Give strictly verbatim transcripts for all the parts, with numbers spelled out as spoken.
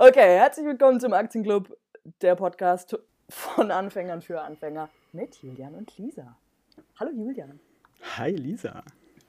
Okay, herzlich willkommen zum Aktienclub, der Podcast von Anfängern für Anfänger mit Julian und Lisa. Hallo Julian. Hi Lisa.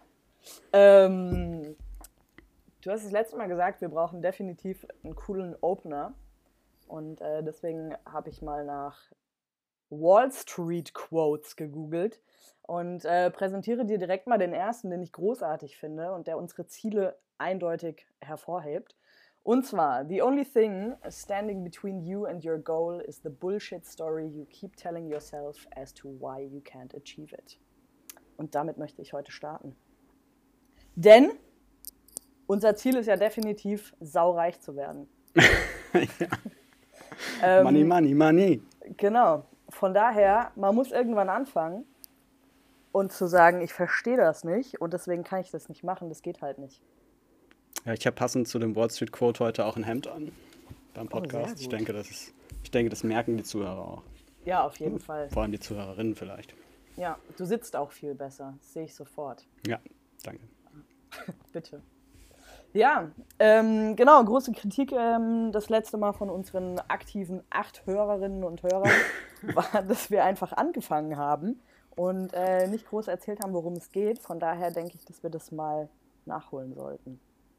Ähm, du hast das letzte Mal gesagt, wir brauchen definitiv einen coolen Opener. Und äh, deswegen habe ich mal nach Wall Street Quotes gegoogelt und äh, präsentiere dir direkt mal den ersten, den ich großartig finde und der unsere Ziele eindeutig hervorhebt. Und zwar, the only thing standing between you and your goal is the bullshit story you keep telling yourself as to why you can't achieve it. Und damit möchte ich heute starten. Denn unser Ziel ist ja definitiv, saureich zu werden. ja. ähm, money, money, money. Genau. Von daher, man muss irgendwann anfangen und zu sagen, ich verstehe das nicht und deswegen kann ich das nicht machen, das geht halt nicht. Ja, ich habe passend zu dem Wall Street Quote heute auch ein Hemd an beim Podcast. Oh, ich denke, das ist, ich denke, das merken die Zuhörer auch. Ja, auf jeden hm, Fall. Vor allem die Zuhörerinnen vielleicht. Ja, du sitzt auch viel besser, das sehe ich sofort. Ja, danke. Bitte. Ja, ähm, genau, große Kritik ähm, das letzte Mal von unseren aktiven acht Hörerinnen und Hörern war, dass wir einfach angefangen haben und äh, nicht groß erzählt haben, worum es geht. Von daher denke ich, dass wir das mal nachholen sollten.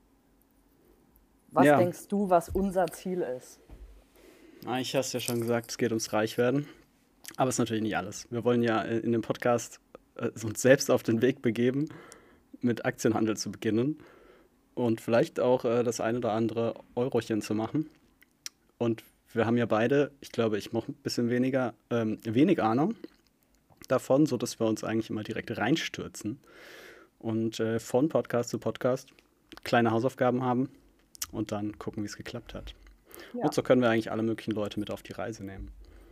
Was ja. denkst du, was unser Ziel ist? Na, ich hast ja schon gesagt, es geht ums Reichwerden. Aber es ist natürlich nicht alles. Wir wollen ja in dem Podcast äh, uns selbst auf den Weg begeben, mit Aktienhandel zu beginnen. Und vielleicht auch äh, das ein oder andere Eurochen zu machen. Und wir haben ja beide, ich glaube, ich noch ein bisschen weniger, ähm, wenig Ahnung davon, sodass wir uns eigentlich immer direkt reinstürzen und äh, von Podcast zu Podcast kleine Hausaufgaben haben und dann gucken, wie es geklappt hat. Ja. Und so können wir eigentlich alle möglichen Leute mit auf die Reise nehmen.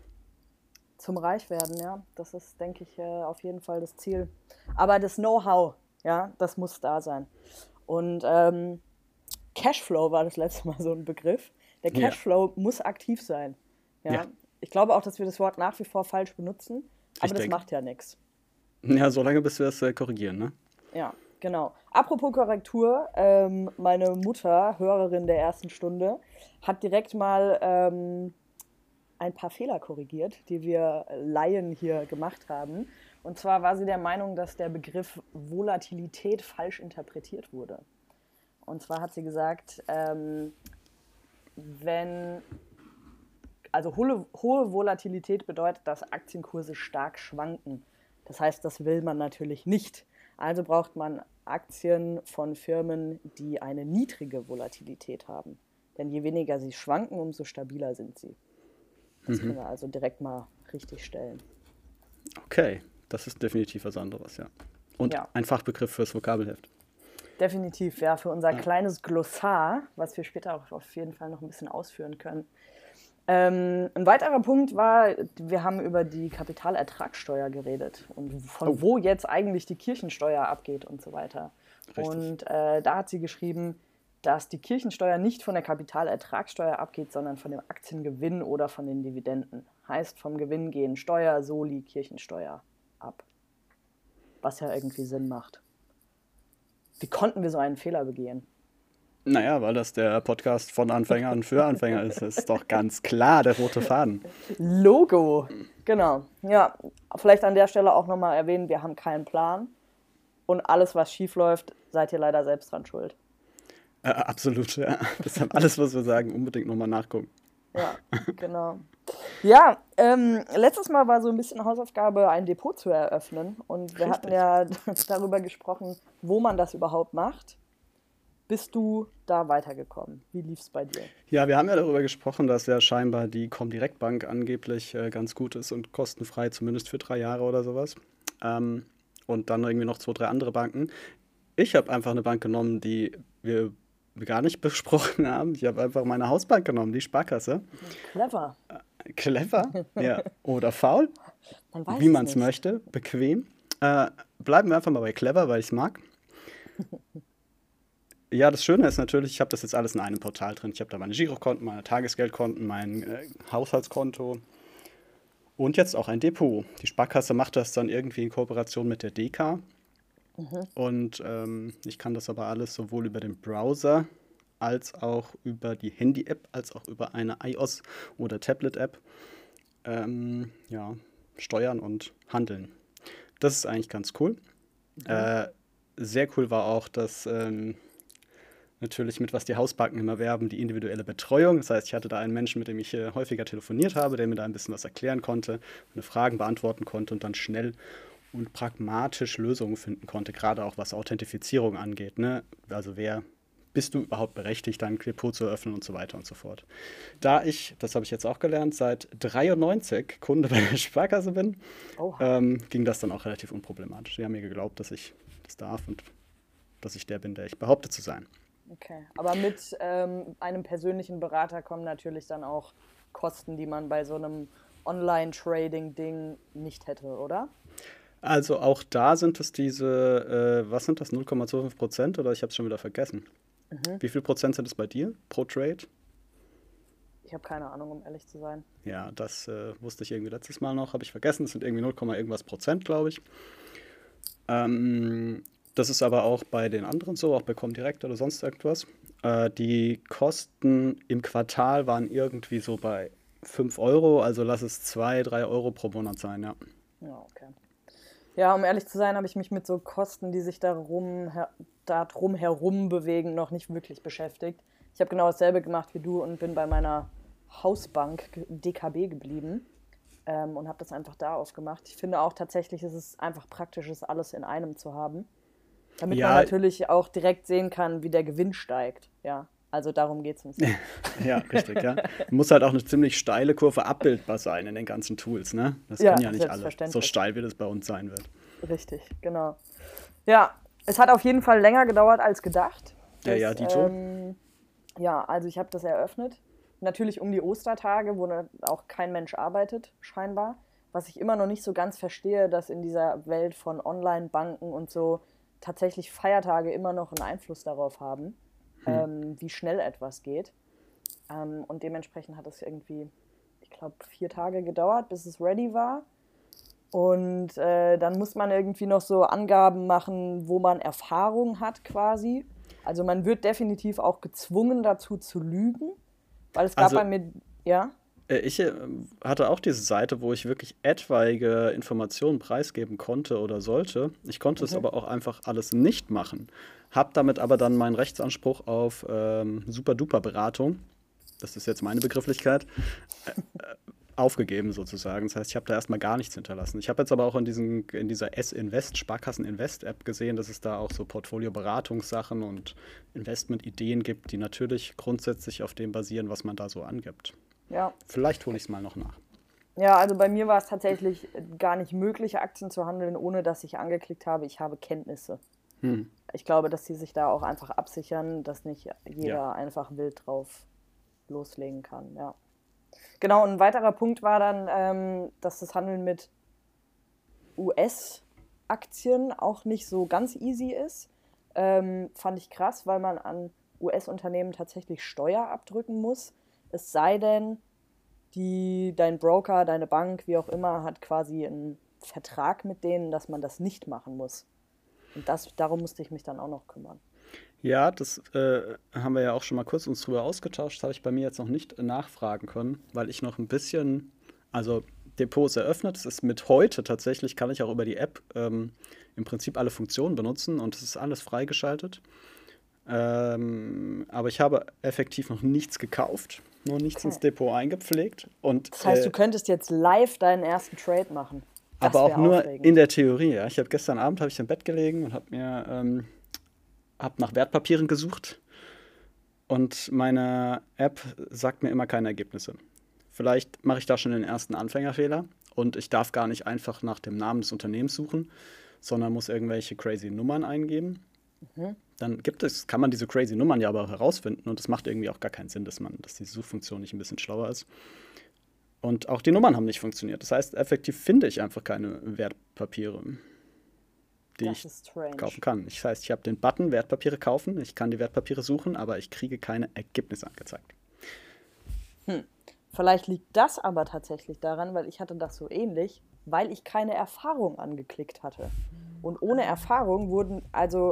Zum Reichwerden, ja. Das ist, denke ich, äh, auf jeden Fall das Ziel. Aber das Know-how, ja, das muss da sein. Und ähm, Cashflow war das letzte Mal so ein Begriff. Der Cashflow ja. muss aktiv sein. Ja? Ja. Ich glaube auch, dass wir das Wort nach wie vor falsch benutzen, aber ich das denke. macht ja nichts. Ja, solange bis wir es äh, korrigieren, ne? Ja, genau. Apropos Korrektur, ähm, meine Mutter, Hörerin der ersten Stunde, hat direkt mal ähm, ein paar Fehler korrigiert, die wir Laien hier gemacht haben. Und zwar war sie der Meinung, dass der Begriff Volatilität falsch interpretiert wurde. Und zwar hat sie gesagt, ähm, wenn, also hohe, hohe Volatilität bedeutet, dass Aktienkurse stark schwanken. Das heißt, das will man natürlich nicht. Also braucht man Aktien von Firmen, die eine niedrige Volatilität haben. Denn je weniger sie schwanken, umso stabiler sind sie. Das mhm. können wir also direkt mal richtig stellen. Okay. Das ist definitiv was anderes, ja. Und ja. ein Fachbegriff fürs Vokabelheft. Definitiv, ja, für unser ja. kleines Glossar, was wir später auch auf jeden Fall noch ein bisschen ausführen können. Ähm, ein weiterer Punkt war, wir haben über die Kapitalertragssteuer geredet und von oh. wo jetzt eigentlich die Kirchensteuer abgeht und so weiter. Richtig. Und äh, da hat sie geschrieben, dass die Kirchensteuer nicht von der Kapitalertragssteuer abgeht, sondern von dem Aktiengewinn oder von den Dividenden. Heißt, vom Gewinn gehen Steuer, Soli, Kirchensteuer ab. Was ja irgendwie Sinn macht. Wie konnten wir so einen Fehler begehen? Naja, weil das der Podcast von Anfängern für Anfänger ist. Das ist doch ganz klar der rote Faden. Logo, genau. Ja, vielleicht an der Stelle auch nochmal erwähnen, wir haben keinen Plan. Und alles, was schief läuft, seid ihr leider selbst dran schuld. Äh, absolut, ja. Deshalb alles, was wir sagen, unbedingt nochmal nachgucken. Ja, genau. Ja, ähm, letztes Mal war so ein bisschen Hausaufgabe, ein Depot zu eröffnen. Und wir Richtig. hatten ja darüber gesprochen, wo man das überhaupt macht. Bist du da weitergekommen? Wie lief es bei dir? Ja, wir haben ja darüber gesprochen, dass ja scheinbar die Comdirect Bank angeblich äh, ganz gut ist und kostenfrei, zumindest für drei Jahre oder sowas. Ähm, und dann irgendwie noch zwei, drei andere Banken. Ich habe einfach eine Bank genommen, die wir gar nicht besprochen haben. Ich habe einfach meine Hausbank genommen, die Sparkasse. Clever. Äh, clever, ja. Oder faul, wie man es möchte, bequem. Äh, bleiben wir einfach mal bei clever, weil ich es mag. Ja, das Schöne ist natürlich, ich habe das jetzt alles in einem Portal drin. Ich habe da meine Girokonten, meine Tagesgeldkonten, mein äh, Haushaltskonto und jetzt auch ein Depot. Die Sparkasse macht das dann irgendwie in Kooperation mit der D K. Mhm. Und ähm, ich kann das aber alles sowohl über den Browser als auch über die Handy-App, als auch über eine iOS- oder Tablet-App ähm, ja, steuern und handeln. Das ist eigentlich ganz cool. Mhm. Äh, sehr cool war auch, dass ähm, natürlich mit was die Hausbanken immer werben, die individuelle Betreuung. Das heißt, ich hatte da einen Menschen, mit dem ich äh, häufiger telefoniert habe, der mir da ein bisschen was erklären konnte, meine Fragen beantworten konnte und dann schnell und pragmatisch Lösungen finden konnte, gerade auch was Authentifizierung angeht. Ne? Also wer bist du überhaupt berechtigt, dein Depot zu eröffnen und so weiter und so fort. Da ich, das habe ich jetzt auch gelernt, seit dreiundneunzig Kunde bei der Sparkasse bin, ähm, ging das dann auch relativ unproblematisch. Sie haben mir geglaubt, dass ich das darf und dass ich der bin, der ich behaupte zu sein. Okay, aber mit ähm, einem persönlichen Berater kommen natürlich dann auch Kosten, die man bei so einem Online-Trading-Ding nicht hätte, oder? Also auch da sind es diese, äh, was sind das, null Komma fünfundzwanzig Prozent oder ich habe es schon wieder vergessen. Mhm. Wie viel Prozent sind es bei dir pro Trade? Ich habe keine Ahnung, um ehrlich zu sein. Ja, das äh, wusste ich irgendwie letztes Mal noch, habe ich vergessen. Es sind irgendwie null, irgendwas Prozent, glaube ich. Ähm, das ist aber auch bei den anderen so, auch bei Comdirect oder sonst irgendwas. Äh, die Kosten im Quartal waren irgendwie so bei fünf Euro, also lass es zwei, drei Euro pro Monat sein, ja. Ja, okay. Ja, um ehrlich zu sein, habe ich mich mit so Kosten, die sich darum, her, darum herum bewegen, noch nicht wirklich beschäftigt. Ich habe genau dasselbe gemacht wie du und bin bei meiner Hausbank D K B geblieben ähm, und habe das einfach da aufgemacht. Ich finde auch tatsächlich, ist es einfach praktisch, ist alles in einem zu haben, damit ja, man natürlich auch direkt sehen kann, wie der Gewinn steigt. Ja, also darum geht es uns. Ja, richtig, ja. Muss halt auch eine ziemlich steile Kurve abbildbar sein in den ganzen Tools, ne? Das ja, können ja nicht alle so steil, wie das bei uns sein wird. Richtig, genau. Ja, es hat auf jeden Fall länger gedauert als gedacht. Ja, das, ja, die ähm, Ja, also ich habe das eröffnet. Natürlich um die Ostertage, wo auch kein Mensch arbeitet, scheinbar. Was ich immer noch nicht so ganz verstehe, dass in dieser Welt von Online-Banken und so tatsächlich Feiertage immer noch einen Einfluss darauf haben. Hm. Ähm, wie schnell etwas geht. Ähm, und dementsprechend hat es irgendwie, ich glaube, vier Tage gedauert, bis es ready war. Und äh, dann muss man irgendwie noch so Angaben machen, wo man Erfahrung hat quasi. Also man wird definitiv auch gezwungen dazu zu lügen, weil es gab also, bei mir, ja? Ich äh, hatte auch diese Seite, wo ich wirklich etwaige Informationen preisgeben konnte oder sollte. Ich konnte okay. es aber auch einfach alles nicht machen. Hab damit aber dann meinen Rechtsanspruch auf ähm, Super-Duper-Beratung, das ist jetzt meine Begrifflichkeit, äh, aufgegeben sozusagen. Das heißt, ich habe da erstmal gar nichts hinterlassen. Ich habe jetzt aber auch in, diesen, in dieser S-Invest, Sparkassen-Invest-App gesehen, dass es da auch so Portfolio-Beratungssachen und Investment-Ideen gibt, die natürlich grundsätzlich auf dem basieren, was man da so angibt. Ja. Vielleicht hole ich es mal noch nach. Ja, also bei mir war es tatsächlich gar nicht möglich, Aktien zu handeln, ohne dass ich angeklickt habe, ich habe Kenntnisse. Hm. Ich glaube, dass sie sich da auch einfach absichern, dass nicht jeder ja. einfach wild drauf loslegen kann. Ja. Genau, und ein weiterer Punkt war dann, ähm, dass das Handeln mit U S-Aktien auch nicht so ganz easy ist. Ähm, fand ich krass, weil man an U S-Unternehmen tatsächlich Steuer abdrücken muss. Es sei denn, die, dein Broker, deine Bank, wie auch immer, hat quasi einen Vertrag mit denen, dass man das nicht machen muss. Und das, darum musste ich mich dann auch noch kümmern. Ja, das äh, haben wir ja auch schon mal kurz uns drüber ausgetauscht. Das habe ich bei mir jetzt noch nicht nachfragen können, weil ich noch ein bisschen, also Depot ist eröffnet. Es ist mit heute tatsächlich, kann ich auch über die App ähm, im Prinzip alle Funktionen benutzen und es ist alles freigeschaltet. Ähm, aber ich habe effektiv noch nichts gekauft, nur nichts okay. ins Depot eingepflegt. Und, das heißt, äh, du könntest jetzt live deinen ersten Trade machen. Das aber auch nur aufregend. In der Theorie. Ja. Ich habe gestern Abend habe ich im Bett gelegen und habe mir ähm, hab nach Wertpapieren gesucht und meine App sagt mir immer keine Ergebnisse. Vielleicht mache ich da schon den ersten Anfängerfehler und ich darf gar nicht einfach nach dem Namen des Unternehmens suchen, sondern muss irgendwelche crazy Nummern eingeben. Mhm. Dann gibt es, kann man diese crazy Nummern ja aber auch herausfinden und es macht irgendwie auch gar keinen Sinn, dass man, dass die Suchfunktion nicht ein bisschen schlauer ist. Und auch die Nummern haben nicht funktioniert. Das heißt, effektiv finde ich einfach keine Wertpapiere, die ich kaufen kann. Das heißt, ich habe den Button Wertpapiere kaufen, ich kann die Wertpapiere suchen, aber ich kriege keine Ergebnisse angezeigt. Hm. Vielleicht liegt das aber tatsächlich daran, weil ich hatte das so ähnlich, weil ich keine Erfahrung angeklickt hatte. Und ohne Erfahrung wurden, also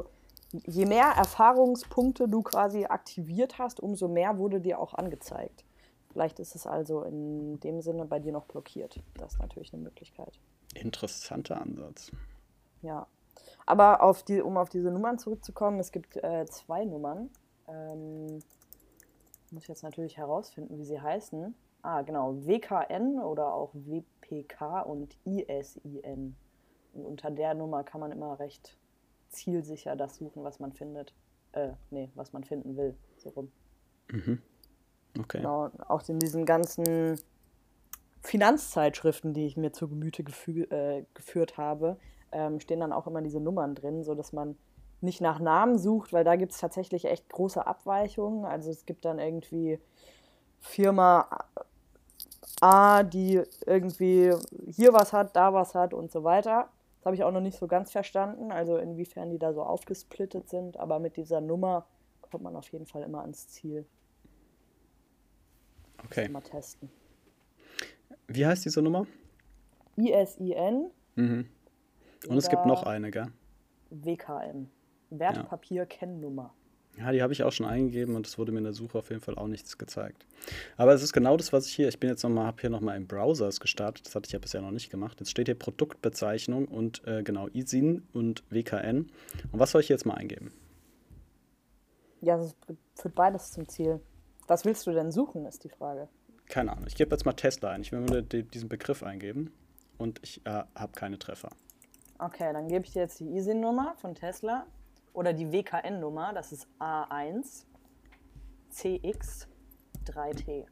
je mehr Erfahrungspunkte du quasi aktiviert hast, umso mehr wurde dir auch angezeigt. Vielleicht ist es also in dem Sinne bei dir noch blockiert. Das ist natürlich eine Möglichkeit. Interessanter Ansatz. Ja. Aber auf die, um auf diese Nummern zurückzukommen, es gibt äh, zwei Nummern. Ähm, muss ich jetzt natürlich herausfinden, wie sie heißen. Ah, genau. W K N oder auch W P K und I S I N. Und unter der Nummer kann man immer recht zielsicher das suchen, was man findet. Äh, nee, was man finden will. So rum. Mhm. Okay. Genau, auch in diesen ganzen Finanzzeitschriften, die ich mir zu Gemüte gefü- äh, geführt habe, ähm, stehen dann auch immer diese Nummern drin, sodass man nicht nach Namen sucht, weil da gibt es tatsächlich echt große Abweichungen. Also es gibt dann irgendwie Firma A, die irgendwie hier was hat, da was hat und so weiter. Das habe ich auch noch nicht so ganz verstanden, also inwiefern die da so aufgesplittet sind, aber mit dieser Nummer kommt man auf jeden Fall immer ans Ziel. Okay. Mal testen. Wie heißt diese Nummer? I S I N. Mhm. Und es gibt noch eine, gell? W K N. Wertpapier-Kennnummer. Ja, die habe ich auch schon eingegeben und es wurde mir in der Suche auf jeden Fall auch nichts gezeigt. Aber es ist genau das, was ich hier, ich bin jetzt nochmal, habe hier nochmal im Browser es gestartet, das hatte ich ja bisher noch nicht gemacht. Jetzt steht hier Produktbezeichnung und äh, genau I S I N und W K N. Und was soll ich jetzt mal eingeben? Ja, das führt beides zum Ziel. Was willst du denn suchen, ist die Frage. Keine Ahnung, ich gebe jetzt mal Tesla ein. Ich will nur die, diesen Begriff eingeben und ich äh, habe keine Treffer. Okay, dann gebe ich dir jetzt die I S I N-Nummer von Tesla oder die W K N-Nummer, das ist A eins C X drei T.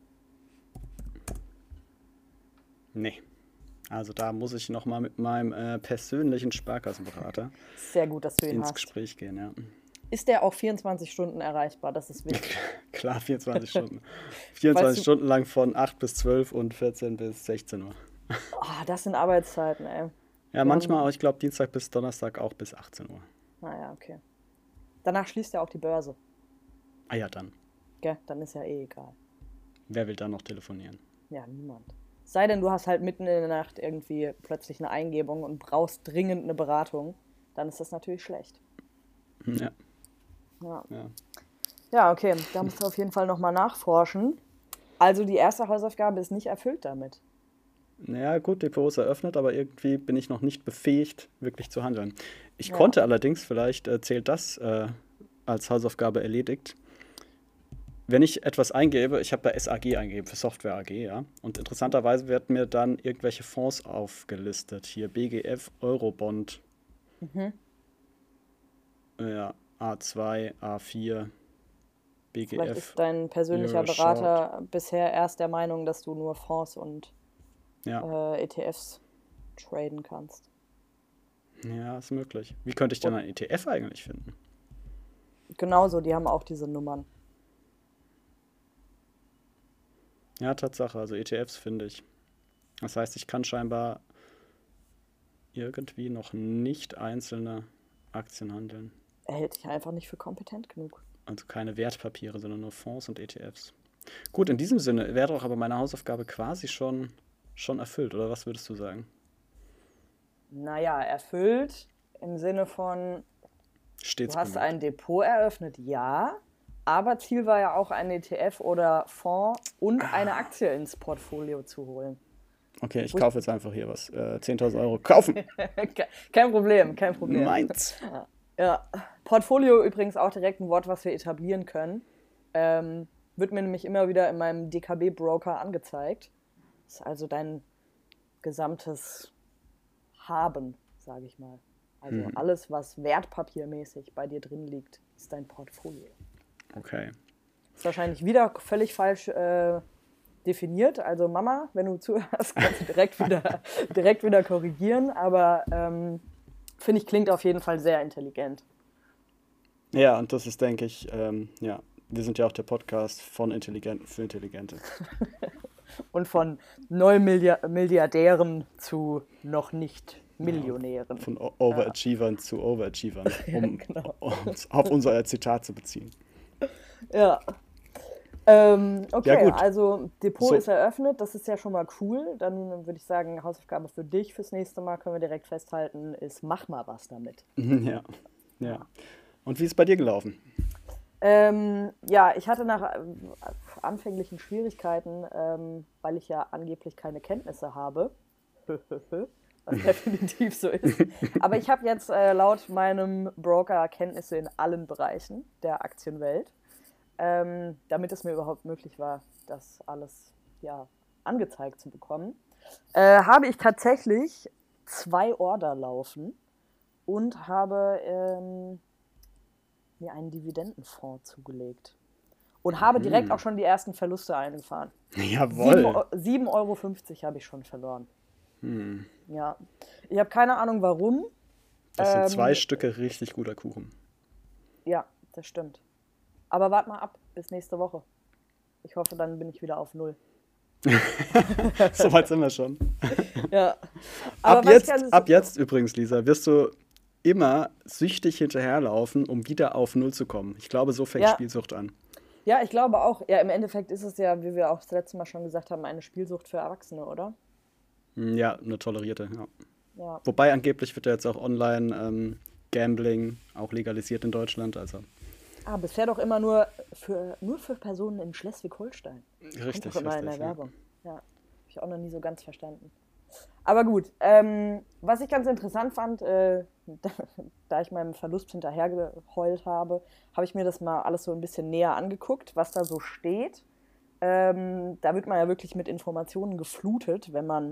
Nee. Also da muss ich nochmal mit meinem äh, persönlichen Sparkassenberater Sehr gut, dass du ihn ins hast. Gespräch gehen, ja. Ist der auch vierundzwanzig Stunden erreichbar? Das ist wichtig. Klar, vierundzwanzig Stunden. vierundzwanzig Stunden lang von acht bis zwölf und vierzehn bis sechzehn Uhr. Oh, das sind Arbeitszeiten, ey. Ja, manchmal auch, ich glaube, Dienstag bis Donnerstag auch bis achtzehn Uhr. Naja, okay. Danach schließt ja auch die Börse. Ah ja, dann. Gell? Dann ist ja eh egal. Wer will da noch telefonieren? Ja, niemand. Sei denn, du hast halt mitten in der Nacht irgendwie plötzlich eine Eingebung und brauchst dringend eine Beratung, dann ist das natürlich schlecht. Ja. Ja, ja. ja okay, da musst du auf jeden Fall nochmal nachforschen. Also die erste Hausaufgabe ist nicht erfüllt damit. Naja, gut, Depot ist eröffnet, aber irgendwie bin ich noch nicht befähigt, wirklich zu handeln. Ich Ja. konnte allerdings, vielleicht äh, zählt das äh, als Hausaufgabe erledigt, wenn ich etwas eingebe, ich habe da S A G eingegeben für Software A G, ja, und interessanterweise werden mir dann irgendwelche Fonds aufgelistet. Hier B G F, Eurobond, Mhm. ja, A zwei, A vier, Vielleicht B G F. ist dein persönlicher Euro Berater bisher erst der Meinung, dass du nur Fonds und Ja, äh, E T Fs traden kannst. ja, ist möglich. Wie könnte ich denn ein E T F eigentlich finden? Genauso, die haben auch diese Nummern. Ja, Tatsache, also E T Fs finde ich. Das heißt, ich kann scheinbar irgendwie noch nicht einzelne Aktien handeln. Er hält dich einfach nicht für kompetent genug. Also keine Wertpapiere, sondern nur Fonds und E T Fs. Gut, in diesem Sinne wäre doch aber meine Hausaufgabe quasi schon, schon erfüllt, oder was würdest du sagen? Naja, erfüllt im Sinne von, Stets du hast bemüht. ein Depot eröffnet, ja, aber Ziel war ja auch ein E T F oder Fonds und eine Aktie ins Portfolio zu holen. Okay, ich kaufe jetzt einfach hier was. Äh, zehntausend Euro kaufen! Kein Problem, kein Problem. Meins! Ja, Portfolio übrigens auch direkt ein Wort, was wir etablieren können. Ähm, wird mir nämlich immer wieder in meinem D K B-Broker angezeigt. Das ist also dein gesamtes Haben, sage ich mal. Also Mhm. alles, was wertpapiermäßig bei dir drin liegt, ist dein Portfolio. Okay. Ist wahrscheinlich wieder völlig falsch äh, definiert. Also Mama, wenn du zuhörst, kannst du direkt wieder, direkt wieder korrigieren. Aber ähm, finde ich, klingt auf jeden Fall sehr intelligent. Ja, und das ist, denke ich, ähm, ja, wir sind ja auch der Podcast von Intelligenten für Intelligente. Und von Neumilliardären zu noch nicht Millionären. Von O- Overachievern zu Overachievern, um genau. uns auf unser Zitat zu beziehen. Ja. Ähm, okay, Ja, gut. also Depot So. ist eröffnet, das ist ja schon mal cool. Dann würde ich sagen, Hausaufgabe für dich fürs nächste Mal können wir direkt festhalten, ist mach mal was damit. Ja, ja. Und wie ist es bei dir gelaufen? Ähm, ja, ich hatte nach äh, anfänglichen Schwierigkeiten, ähm, weil ich ja angeblich keine Kenntnisse habe, was definitiv so ist. Aber ich habe jetzt äh, laut meinem Broker Kenntnisse in allen Bereichen der Aktienwelt, ähm, damit es mir überhaupt möglich war, das alles ja, angezeigt zu bekommen. Äh, habe ich tatsächlich zwei Order laufen und habe ähm, mir einen Dividendenfonds zugelegt. Und habe direkt auch schon die ersten Verluste eingefahren. Jawohl. sieben Euro fünfzig habe ich schon verloren. Hm. Ja. Ich habe keine Ahnung, warum. Das sind Ähm, zwei Stücke richtig guter Kuchen. Ja, das stimmt. Aber wart mal ab, bis nächste Woche. Ich hoffe, dann bin ich wieder auf Null. So weit sind wir schon. Ja. Aber Ab was jetzt, kann- ab jetzt übrigens, Lisa, wirst du immer süchtig hinterherlaufen, um wieder auf Null zu kommen. Ich glaube, so fängt Ja. Spielsucht an. Ja, ich glaube auch. Ja, im Endeffekt ist es ja, wie wir auch das letzte Mal schon gesagt haben, eine Spielsucht für Erwachsene, oder? Hm, Ja, eine tolerierte, ja. Ja. Wobei angeblich wird ja jetzt auch Online-Gambling auch legalisiert in Deutschland. Also Ah, bisher doch immer nur für, nur für Personen in Schleswig-Holstein. richtig, Kommt doch immer in der richtig. Ja. Werbung. Ja, habe ich auch noch nie so ganz verstanden. Aber gut, ähm, was ich ganz interessant fand, äh, da, da ich meinem Verlust hinterhergeheult habe, habe ich mir das mal alles so ein bisschen näher angeguckt, was da so steht. Ähm, da wird man ja wirklich mit Informationen geflutet, wenn man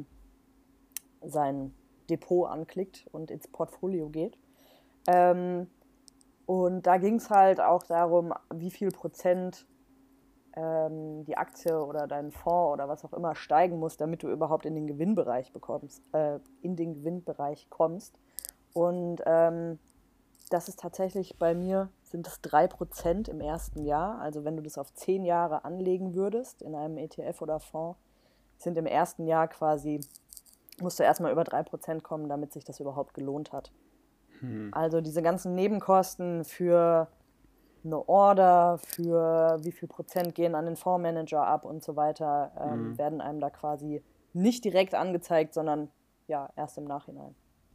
sein Depot anklickt und ins Portfolio geht. Ähm, und da ging es halt auch darum, wie viel Prozent ähm, die Aktie oder dein Fonds oder was auch immer steigen muss, damit du überhaupt in den Gewinnbereich bekommst, äh, in den Gewinnbereich kommst. Und ähm, das ist tatsächlich bei mir, sind es drei Prozent im ersten Jahr. Also wenn du das auf zehn Jahre anlegen würdest in einem E T F oder Fonds, sind im ersten Jahr quasi, musst du erstmal über drei Prozent kommen, damit sich das überhaupt gelohnt hat. Also diese ganzen Nebenkosten für eine Order, für wie viel Prozent gehen an den Fondsmanager ab und so weiter, ähm, werden einem da quasi nicht direkt angezeigt, sondern ja, erst im Nachhinein.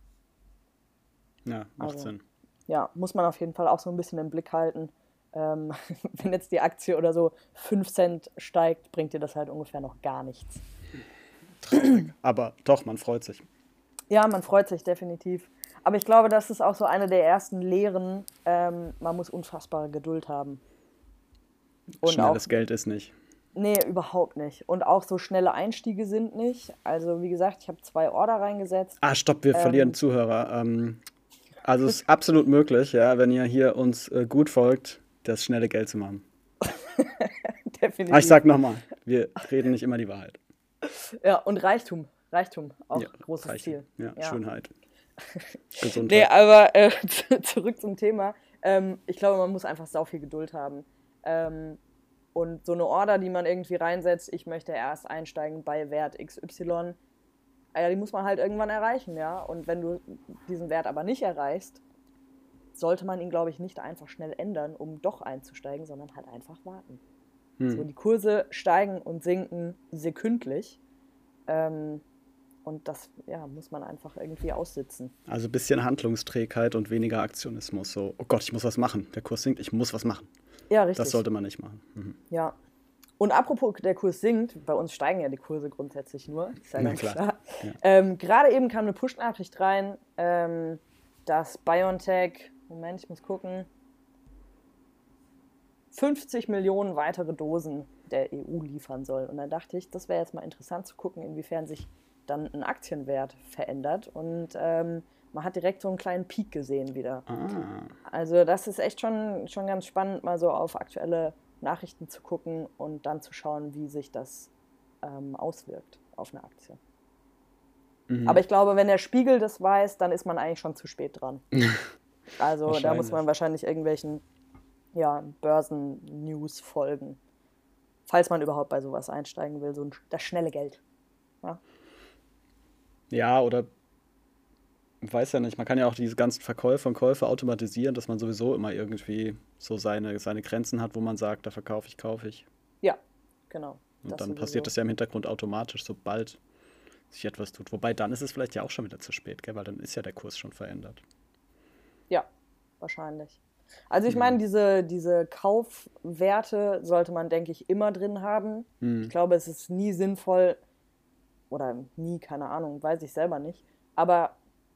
Ja, macht Also, Sinn. Ja, muss man auf jeden Fall auch so ein bisschen im Blick halten. Ähm, wenn jetzt die Aktie oder so fünf Cent steigt, bringt dir das halt ungefähr noch gar nichts. Traurig. Aber doch, man freut sich. Ja, man freut sich definitiv. Aber ich glaube, das ist auch so eine der ersten Lehren. Ähm, man muss unfassbare Geduld haben. Und Schnelles auch, Geld ist nicht. nee, überhaupt nicht. Und auch so schnelle Einstiege sind nicht. Also wie gesagt, ich habe zwei Order reingesetzt. Ah, stopp, wir verlieren Zuhörer. Ähm, also es ist absolut möglich, ja, wenn ihr hier uns äh, gut folgt, das schnelle Geld zu machen. Definitiv. Ah, ich sag nochmal, wir reden nicht immer die Wahrheit. Ja, und Reichtum. Reichtum, auch Ja, großes Reichtum. Ziel. Ja, Ja. Schönheit. Nee, Gesundheit. aber äh, zurück zum Thema. Ähm, ich glaube, man muss einfach sau viel Geduld haben. Ähm, und so eine Order, die man irgendwie reinsetzt, ich möchte erst einsteigen bei Wert X Y, äh, die muss man halt irgendwann erreichen, ja. Und wenn du diesen Wert aber nicht erreichst, sollte man ihn, glaube ich, nicht einfach schnell ändern, um doch einzusteigen, sondern halt einfach warten. So, die Kurse steigen und sinken sekündlich. Ähm, und das ja, muss man einfach irgendwie aussitzen. Also ein bisschen Handlungsträgheit und weniger Aktionismus. So, oh Gott, ich muss was machen. Der Kurs sinkt, ich muss was machen. Ja, richtig. Das sollte man nicht machen. Mhm. Ja. Und apropos, der Kurs sinkt, bei uns steigen ja die Kurse grundsätzlich nur, ist ja Na ganz klar. klar. Ja. Ähm, Gerade eben kam eine Push-Nachricht rein, ähm, dass BioNTech, Moment, ich muss gucken, fünfzig Millionen weitere Dosen der E U liefern soll. Und dann dachte ich, das wäre jetzt mal interessant zu gucken, inwiefern sich dann ein Aktienwert verändert. Und ähm, man hat direkt so einen kleinen Peak gesehen wieder. Ah, Also das ist echt schon, schon ganz spannend, mal so auf aktuelle Nachrichten zu gucken und dann zu schauen, wie sich das ähm, auswirkt auf eine Aktie. Aber ich glaube, wenn der Spiegel das weiß, dann ist man eigentlich schon zu spät dran. Also da muss Wahrscheinlich. man wahrscheinlich irgendwelchen ja, Börsen-News folgen. Falls man überhaupt bei sowas einsteigen will, so ein, das schnelle Geld. Ja, ja, oder weiß ja nicht, man kann ja auch diese ganzen Verkäufe und Käufe automatisieren, dass man sowieso immer irgendwie so seine, seine Grenzen hat, wo man sagt, da verkaufe ich, kaufe ich. ja genau. Und das dann sowieso. passiert das ja im Hintergrund automatisch, sobald sich etwas tut. Wobei dann ist es vielleicht ja auch schon wieder zu spät, gell? Weil dann ist ja der Kurs schon verändert. Ja, wahrscheinlich. Also ich Hm. meine, diese, diese Kaufwerte sollte man, denke ich, immer drin haben. Hm. Ich glaube, es ist nie sinnvoll, oder nie, keine Ahnung, weiß ich selber nicht. Aber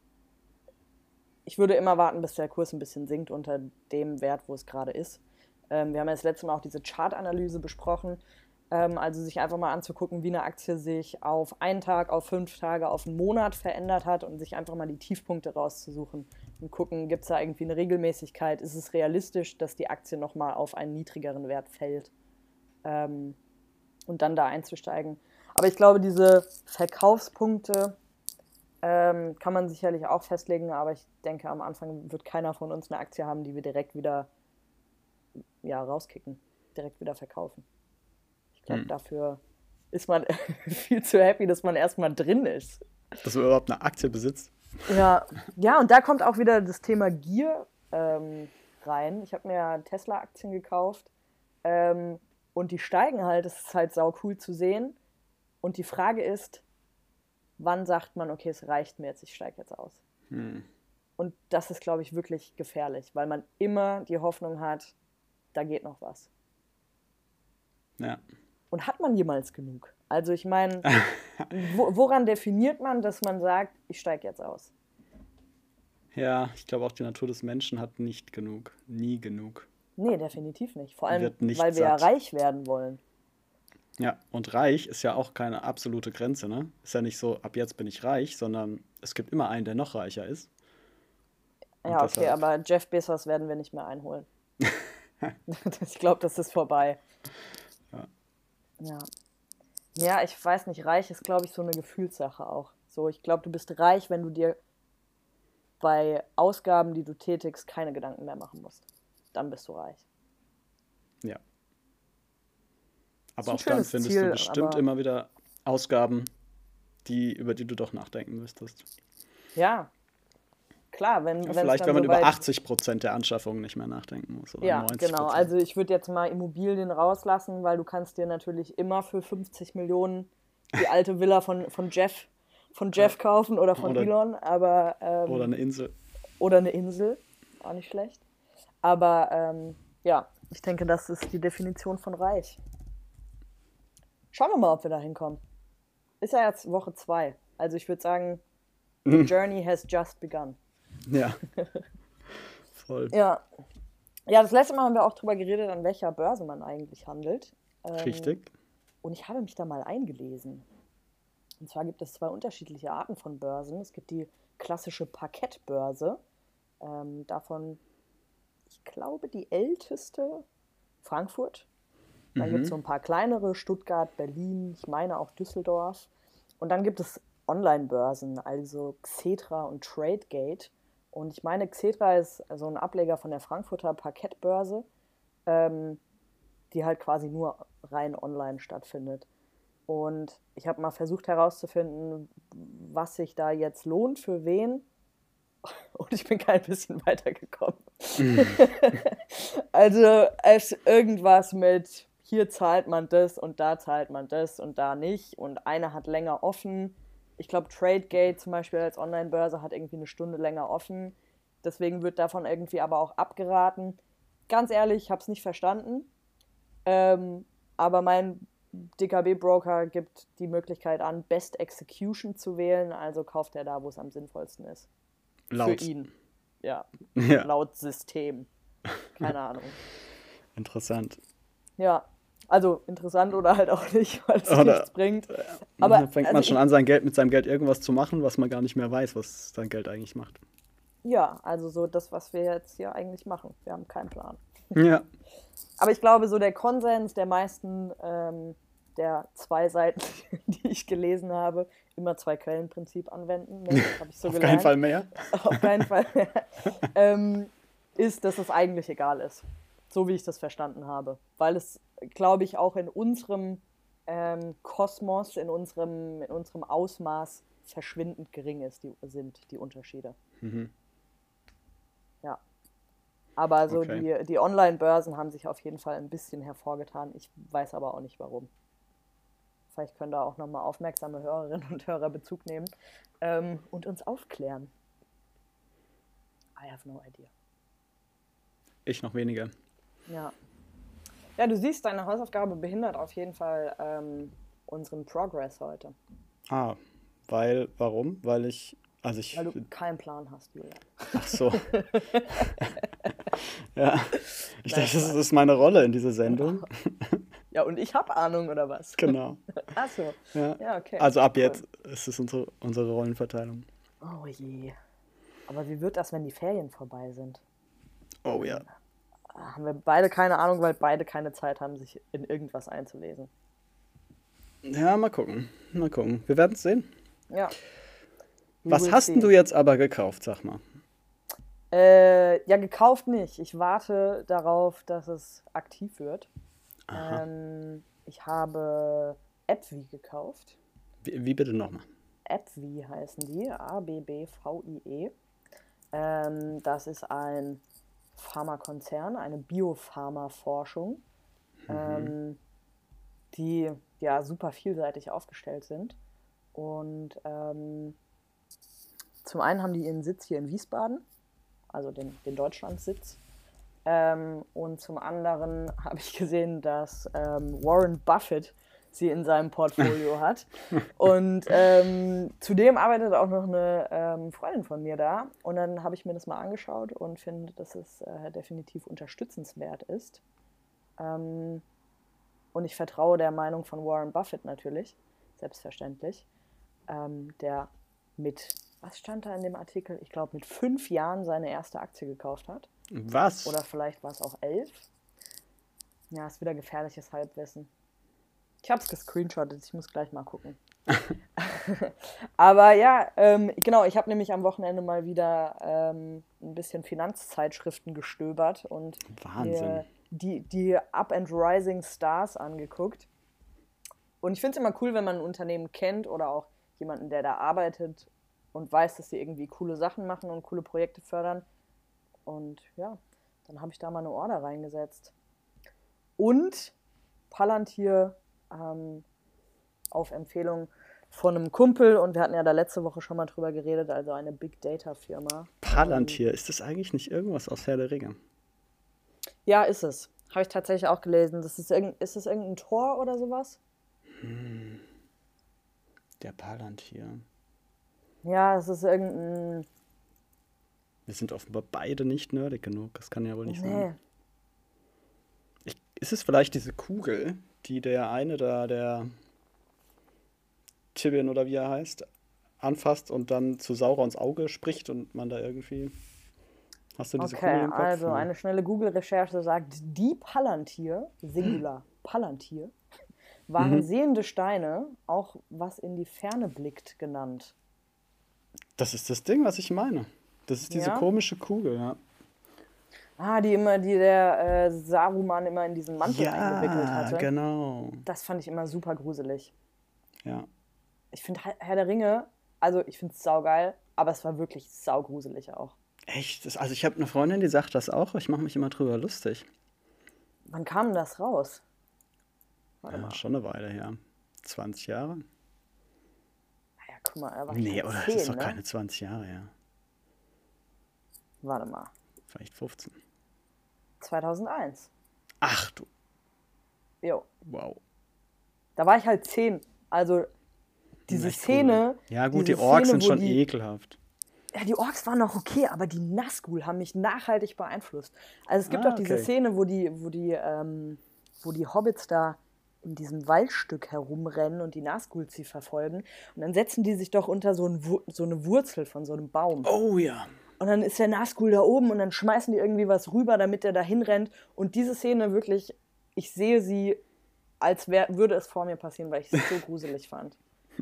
ich würde immer warten, bis der Kurs ein bisschen sinkt unter dem Wert, wo es gerade ist. Ähm, wir haben ja das letzte Mal auch diese Chartanalyse besprochen. Ähm, also sich einfach mal anzugucken, wie eine Aktie sich auf einen Tag, auf fünf Tage, auf einen Monat verändert hat und sich einfach mal die Tiefpunkte rauszusuchen und gucken, gibt es da irgendwie eine Regelmäßigkeit? Ist es realistisch, dass die Aktie nochmal auf einen niedrigeren Wert fällt? Ähm, und dann da einzusteigen. Aber ich glaube, diese Verkaufspunkte ähm, kann man sicherlich auch festlegen, aber ich denke, am Anfang wird keiner von uns eine Aktie haben, die wir direkt wieder ja, rauskicken, direkt wieder verkaufen. Ich glaube, Hm. dafür ist man viel zu happy, dass man erstmal drin ist. Dass du überhaupt eine Aktie besitzt. Ja, ja, und da kommt auch wieder das Thema Gier ähm, rein. Ich habe mir Tesla-Aktien gekauft ähm, und die steigen halt, das ist halt sau cool zu sehen. Und die Frage ist, wann sagt man, okay, es reicht mir jetzt, ich steige jetzt aus. Hm. Und das ist, glaube ich, wirklich gefährlich, weil man immer die Hoffnung hat, da geht noch was. Ja. Und hat man jemals genug? Also ich meine, wo, woran definiert man, dass man sagt, ich steige jetzt aus? Ja, ich glaube auch die Natur des Menschen hat nicht genug. Nie genug. Nee, definitiv nicht. Vor allem, Wird nicht weil wir ja satt. reich werden wollen. Ja, und reich ist ja auch keine absolute Grenze, ne? Ist ja nicht so, ab jetzt bin ich reich, sondern es gibt immer einen, der noch reicher ist. Und Ja, okay, deshalb, aber Jeff Bezos werden wir nicht mehr einholen. Ich glaube, das ist vorbei. ja. Ja. Ja, ich weiß nicht, reich ist, glaube ich, so eine Gefühlssache auch. So, ich glaube, du bist reich, wenn du dir bei Ausgaben, die du tätigst, keine Gedanken mehr machen musst. Dann bist du reich. Ja. Ist Aber ein auch dann schönes findest Ziel, du bestimmt aber immer wieder Ausgaben, die, über die du doch nachdenken müsstest. ja, klar, wenn Ja, es vielleicht, dann wenn man so über weit. achtzig Prozent der Anschaffungen nicht mehr nachdenken muss oder Ja, neunzig genau. Prozent. Also ich würde jetzt mal Immobilien rauslassen, weil du kannst dir natürlich immer für fünfzig Millionen die alte Villa von, von Jeff von Jeff kaufen oder von Oder, Elon, aber oder ähm, eine Insel. oder eine Insel, auch nicht schlecht. Aber ähm, ja, ich denke, das ist die Definition von reich. Schauen wir mal, ob wir da hinkommen. Ist ja jetzt Woche zwei. Also ich würde sagen, the journey has just begun. Ja, voll. Ja. Ja, das letzte Mal haben wir auch drüber geredet, an welcher Börse man eigentlich handelt. Ähm, Richtig. Und ich habe mich da mal eingelesen. Und zwar gibt es zwei unterschiedliche Arten von Börsen. Es gibt die klassische Parkettbörse. Ähm, davon, ich glaube, die älteste Frankfurt. Dann gibt es so ein paar kleinere, Stuttgart, Berlin, ich meine auch Düsseldorf. Und dann gibt es Online-Börsen, also Xetra und Tradegate. Und ich meine, Xetra ist so ein Ableger von der Frankfurter Parkettbörse, ähm, die halt quasi nur rein online stattfindet. Und ich habe mal versucht herauszufinden, was sich da jetzt lohnt, für wen. Und ich bin kein bisschen weitergekommen. Also es ist irgendwas mit, hier zahlt man das und da zahlt man das und da nicht. Und eine hat länger offen. Ich glaube, Tradegate zum Beispiel als Online-Börse hat irgendwie eine Stunde länger offen. Deswegen wird davon irgendwie aber auch abgeraten. Ganz ehrlich, ich habe es nicht verstanden. Ähm, aber mein D K B-Broker gibt die Möglichkeit an, Best Execution zu wählen. Also kauft er da, wo es am sinnvollsten ist. Laut. Für ihn. Ja, Ja, laut System. Keine Ahnung. interessant. Ja, also interessant oder halt auch nicht, weil es Oder- nichts bringt. Aber Aber dann fängt also man ich- schon an, sein Geld, mit seinem Geld irgendwas zu machen, was man gar nicht mehr weiß, was sein Geld eigentlich macht. Ja, also so das, was wir jetzt hier eigentlich machen. Wir haben keinen Plan. Ja, Aber ich glaube, so der Konsens der meisten ähm, der zwei Seiten, die ich gelesen habe, immer zwei Quellenprinzip anwenden. Ne? Das habe ich so auf gelernt. keinen Fall mehr. Auf keinen Fall mehr. ähm, ist, dass es eigentlich egal ist. So wie ich das verstanden habe. Weil es, glaube ich, auch in unserem ähm, Kosmos, in unserem, in unserem Ausmaß verschwindend gering ist, die, sind die Unterschiede. Mhm. Ja. Aber so Okay. die, die Online-Börsen haben sich auf jeden Fall ein bisschen hervorgetan. Ich weiß aber auch nicht warum. Vielleicht können da auch nochmal aufmerksame Hörerinnen und Hörer Bezug nehmen ähm, und uns aufklären. I have no idea. ich noch weniger. Ja. Ja, du siehst, deine Hausaufgabe behindert auf jeden Fall ähm, unseren Progress heute. Ah, weil, warum? Weil ich, also ich, Weil du keinen Plan hast, Julia. ach so, ja, ich Nein, dachte, das Quatsch. ist meine Rolle in dieser Sendung. Ja, und ich habe Ahnung, oder was? Genau, Ach so. ja. Ja, okay. Also ab Cool. jetzt ist es unsere, unsere Rollenverteilung. Oh je. Aber wie wird das, wenn die Ferien vorbei sind? Oh ja. Ah, haben wir beide keine Ahnung, weil beide keine Zeit haben, sich in irgendwas einzulesen. Ja, mal gucken, mal gucken. Wir werden es sehen. Ja. We Was will hast denn see. du jetzt aber gekauft, sag mal? Äh, ja, gekauft nicht. Ich warte darauf, dass es aktiv wird. Aha. Ähm, ich habe AbbVie gekauft. Wie, wie bitte nochmal? AbbVie heißen die, A B B V I E. Ähm, das ist ein Pharmakonzern, eine Biopharma-Forschung, ähm, die ja super vielseitig aufgestellt sind. Und ähm, zum einen haben die ihren Sitz hier in Wiesbaden, also den, den Deutschlandsitz. Ähm, und zum anderen habe ich gesehen, dass ähm, Warren Buffett sie in seinem Portfolio hat. Und ähm, zudem arbeitet auch noch eine ähm, Freundin von mir da. Und dann habe ich mir das mal angeschaut und finde, dass es äh, definitiv unterstützenswert ist. Ähm, und ich vertraue der Meinung von Warren Buffett natürlich, selbstverständlich, ähm, der mit, was stand da in dem Artikel? Ich glaube, mit fünf Jahren seine erste Aktie gekauft hat. Was? Oder vielleicht war es auch elf. Ja, ist wieder gefährliches Halbwissen. Ich habe es gescreenshottet, ich muss gleich mal gucken. Aber ja, ähm, genau, ich habe nämlich am Wochenende mal wieder ähm, ein bisschen Finanzzeitschriften gestöbert und Wahnsinn. mir die, die Up and Rising Stars angeguckt. Und ich finde es immer cool, wenn man ein Unternehmen kennt oder auch jemanden, der da arbeitet und weiß, dass sie irgendwie coole Sachen machen und coole Projekte fördern. Und ja, dann habe ich da mal eine Order reingesetzt. Und Palantir ähm, auf Empfehlung von einem Kumpel, und wir hatten ja da letzte Woche schon mal drüber geredet, also eine Big Data Firma. Palantir, ist das eigentlich nicht irgendwas aus Herr der Ringe? Ja, ist es. Habe ich tatsächlich auch gelesen. Das ist, irgend, ist das irgendein Tor oder sowas? Hm, der Palantir. Ja, es ist irgendein... Wir sind offenbar beide nicht nerdig genug. Das kann ja wohl nicht Nee. sein. Ich, ist es vielleicht diese Kugel, die der eine da, der Tibin oder wie er heißt, anfasst und dann zu Saurons Auge spricht und man da irgendwie... Hast du diese Kugel Okay, im Kopf? also Ja. eine schnelle Google-Recherche sagt, die Palantir, Singular, Palantir, waren Mhm. sehende Steine, auch was in die Ferne blickt genannt. Das ist das Ding, was ich meine. Das ist diese Ja? komische Kugel, ja. Ah, die immer, die der äh, Saruman immer in diesen Mantel eingewickelt Ja, hatte. genau. Das fand ich immer super gruselig. Ja. Ich finde Herr der Ringe, also ich finde es saugeil, aber es war wirklich saugruselig auch. Echt? Das, also ich habe eine Freundin, die sagt das auch. Ich mache mich immer drüber lustig. Wann kam denn das raus? Warte Ja, mal. schon eine Weile her. zwanzig Jahre? Naja, guck mal, er war ich Nee, halt oder? Das zehn, ist doch ne? keine zwanzig Jahre her. Warte mal. Vielleicht fünfzehn. zweitausendeins. Ach du, Jo. wow. Da war ich halt zehn. Also diese Echt Szene. cool. Ja gut, diese die Orks Szene, sind wo schon die, ekelhaft. Ja, die Orks waren noch okay, aber die Nazgul haben mich nachhaltig beeinflusst. Also es gibt Ah, auch diese okay. Szene, wo die, wo die, ähm, wo die Hobbits da in diesem Waldstück herumrennen und die Nazgul sie verfolgen. Und dann setzen die sich doch unter so, ein, Wu- so eine Wurzel von so einem Baum. Oh ja. Und dann ist der Nazgul da oben und dann schmeißen die irgendwie was rüber, damit der da hinrennt. Und diese Szene wirklich, ich sehe sie, als wär, würde es vor mir passieren, weil ich es so gruselig fand.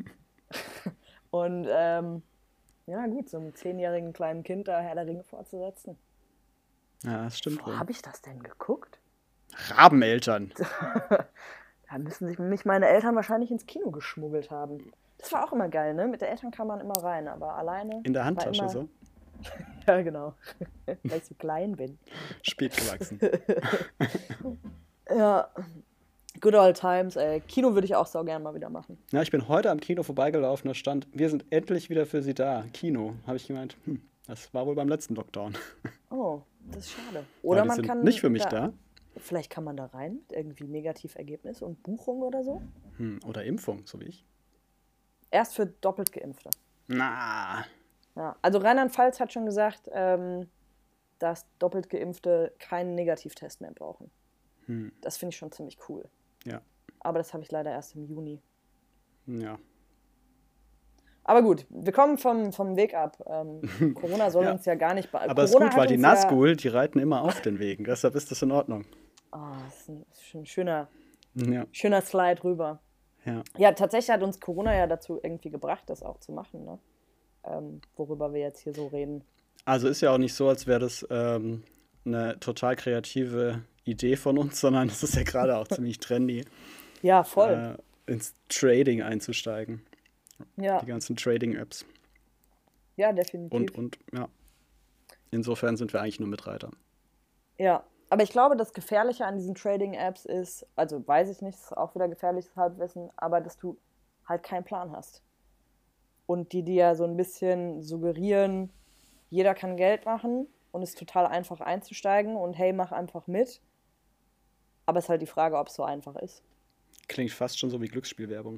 Und ähm, ja gut, so einem zehnjährigen kleinen Kind da Herr der Ringe fortzusetzen. Ja, das stimmt Wo wohl. habe ich das denn geguckt? Rabeneltern. Da müssen sich mich meine Eltern wahrscheinlich ins Kino geschmuggelt haben. Das war auch immer geil, ne? Mit der Eltern kam man immer rein, aber alleine. In der war Handtasche immer, so. Ja, genau. Weil ich so klein bin. Spät gewachsen. Ja, good old times, ey. Kino würde ich auch sau gerne mal wieder machen. Ja, ich bin heute am Kino vorbeigelaufen, da stand, wir sind endlich wieder für Sie da. Kino. Habe ich gemeint, hm, das war wohl beim letzten Lockdown. Oh, Das ist schade. Ja, Oder die man sind kann nicht für mich da, da. vielleicht kann man da rein, mit irgendwie Negativergebnis und Buchung oder so. Hm, oder Impfung, so wie ich. Erst für doppelt Geimpfte. Na, Ja. Also Rheinland-Pfalz hat schon gesagt, ähm, dass doppelt Geimpfte keinen Negativtest mehr brauchen. hm, Das finde ich schon ziemlich cool. ja, Aber das habe ich leider erst im Juni. ja. Aber gut, wir kommen vom, vom Weg ab. Ähm, Corona soll Ja, uns ja gar nicht be- aber es ist Corona gut, hat weil die uns ja. Nazgul, die reiten immer auf den Wegen. Deshalb ist das in Ordnung. Oh, das ist ein, das ist ein schöner, Ja, schöner Slide rüber. ja. Ja, tatsächlich hat uns Corona ja dazu irgendwie gebracht, das auch zu machen, ne? Ähm, worüber wir jetzt hier so reden. Also ist ja auch nicht so, als wäre das ähm, eine total kreative Idee von uns, sondern es ist ja gerade auch ziemlich trendy, Ja, voll. äh, ins Trading einzusteigen. Ja, Die ganzen Trading-Apps. ja, Und, definitiv. und, ja. Insofern sind wir eigentlich nur Mitreiter. Ja, aber ich glaube, das Gefährliche an diesen Trading-Apps ist, also weiß ich nicht, ist auch wieder gefährliches Halbwissen, aber dass du halt keinen Plan hast. Und die dir so ein bisschen suggerieren, jeder kann Geld machen und es ist total einfach einzusteigen und hey, mach einfach mit. Aber es ist halt die Frage, ob es so einfach ist. Klingt fast schon so wie Glücksspielwerbung.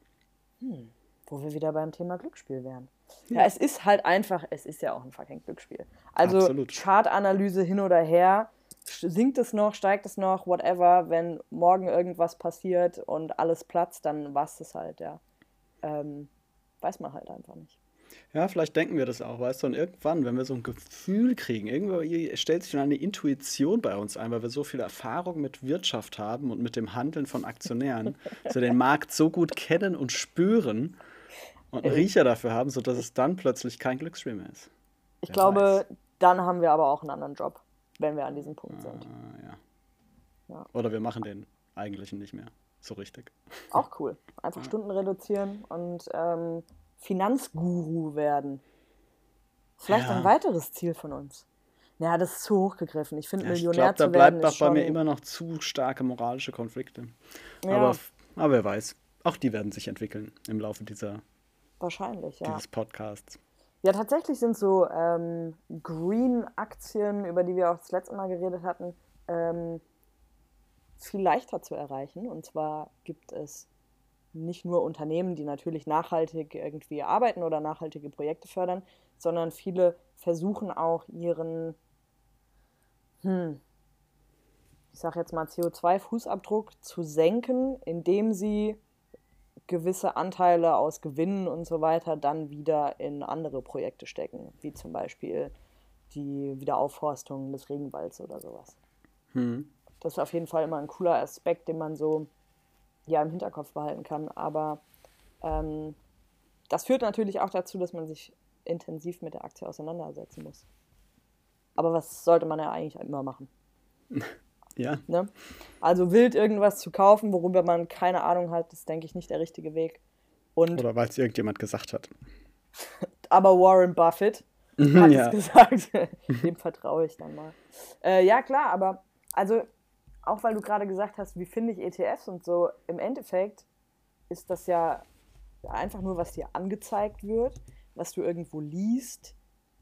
Wo wir wieder beim Thema Glücksspiel wären. Ja. Ja, es ist halt einfach, es ist ja auch ein fucking Glücksspiel. Also Absolut. Chartanalyse hin oder her, sch- sinkt es noch, steigt es noch, whatever, wenn morgen irgendwas passiert und alles platzt, dann war es das halt, ja. Ähm, weiß man halt einfach nicht. Ja, vielleicht denken wir das auch, weißt du, und irgendwann, wenn wir so ein Gefühl kriegen, irgendwie stellt sich dann eine Intuition bei uns ein, weil wir so viel Erfahrung mit Wirtschaft haben und mit dem Handeln von Aktionären, dass wir den Markt so gut kennen und spüren und einen Ey, Riecher dafür haben, sodass es dann plötzlich kein Glücksspiel mehr ist. ich Wer glaube, weiß. dann haben wir aber auch einen anderen Job, wenn wir an diesem Punkt sind. Ah, ja. Ja. Oder wir machen den eigentlichen nicht mehr so richtig. Auch cool. Einfach Stunden reduzieren und ähm, Finanzguru werden. Vielleicht ein Ja, weiteres Ziel von uns. Ja, das ist zu hoch gegriffen. Ich finde, ja ich Millionär glaube, da zu werden bleibt ist auch bei mir schon. immer noch zu starke moralische Konflikte. Aber, Ja, f- aber wer weiß, auch die werden sich entwickeln im Laufe dieser, wahrscheinlich, ja. dieses Podcasts. Ja, tatsächlich sind so ähm, Green-Aktien, über die wir auch das letzte Mal geredet hatten, ähm, viel leichter zu erreichen. Und zwar gibt es nicht nur Unternehmen, die natürlich nachhaltig irgendwie arbeiten oder nachhaltige Projekte fördern, sondern viele versuchen auch ihren, hm, ich sage jetzt mal C O zwei Fußabdruck zu senken, indem sie gewisse Anteile aus Gewinnen und so weiter dann wieder in andere Projekte stecken, wie zum Beispiel die Wiederaufforstung des Regenwalds oder sowas. Hm. Das ist auf jeden Fall immer ein cooler Aspekt, den man so ja im Hinterkopf behalten kann. Aber ähm, das führt natürlich auch dazu, dass man sich intensiv mit der Aktie auseinandersetzen muss. Aber was sollte man ja eigentlich immer machen? Ja, Ne? Also wild irgendwas zu kaufen, worüber man keine Ahnung hat, ist, denke ich, nicht der richtige Weg. Und oder weil es irgendjemand gesagt hat. aber Warren Buffett hat es Ja, gesagt. Dem vertraue ich dann mal. Äh, ja, klar, aber also auch weil du gerade gesagt hast, wie finde ich E T Fs und so, im Endeffekt ist das ja einfach nur, was dir angezeigt wird, was du irgendwo liest.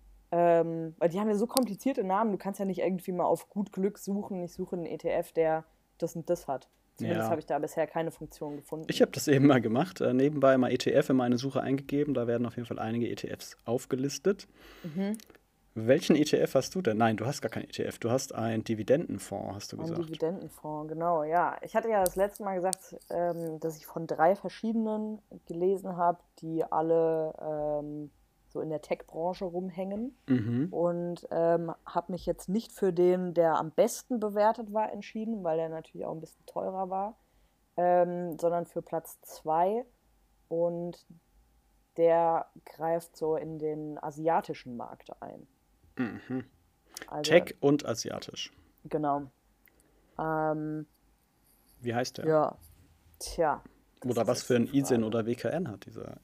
Ähm, weil die haben ja so komplizierte Namen, du kannst ja nicht irgendwie mal auf gut Glück suchen. Ich suche einen E T F, der das und das hat. Zumindest ja. habe ich da bisher keine Funktion Ich gefunden. habe das eben mal gemacht. Äh, nebenbei mal E T F in meine Suche eingegeben. Da werden auf jeden Fall einige E T Fs aufgelistet. Mhm. Welchen E T F hast du denn? Nein, du hast gar keinen E T F. Du hast einen Dividendenfonds, hast du Ein gesagt. Dividendenfonds, genau, ja. Ich hatte ja das letzte Mal gesagt, ähm, dass ich von drei verschiedenen gelesen habe, die alle ähm, so in der Tech-Branche rumhängen. Mhm. Und ähm, habe mich jetzt nicht für den, der am besten bewertet war, entschieden, weil der natürlich auch ein bisschen teurer war, ähm, sondern für Platz zwei. Und der greift so in den asiatischen Markt ein. Mhm. Also, Tech und asiatisch. genau. Ähm, Wie heißt der? ja, tja, das Oder ist was jetzt für die ein I S I N Frage. oder W K N hat dieser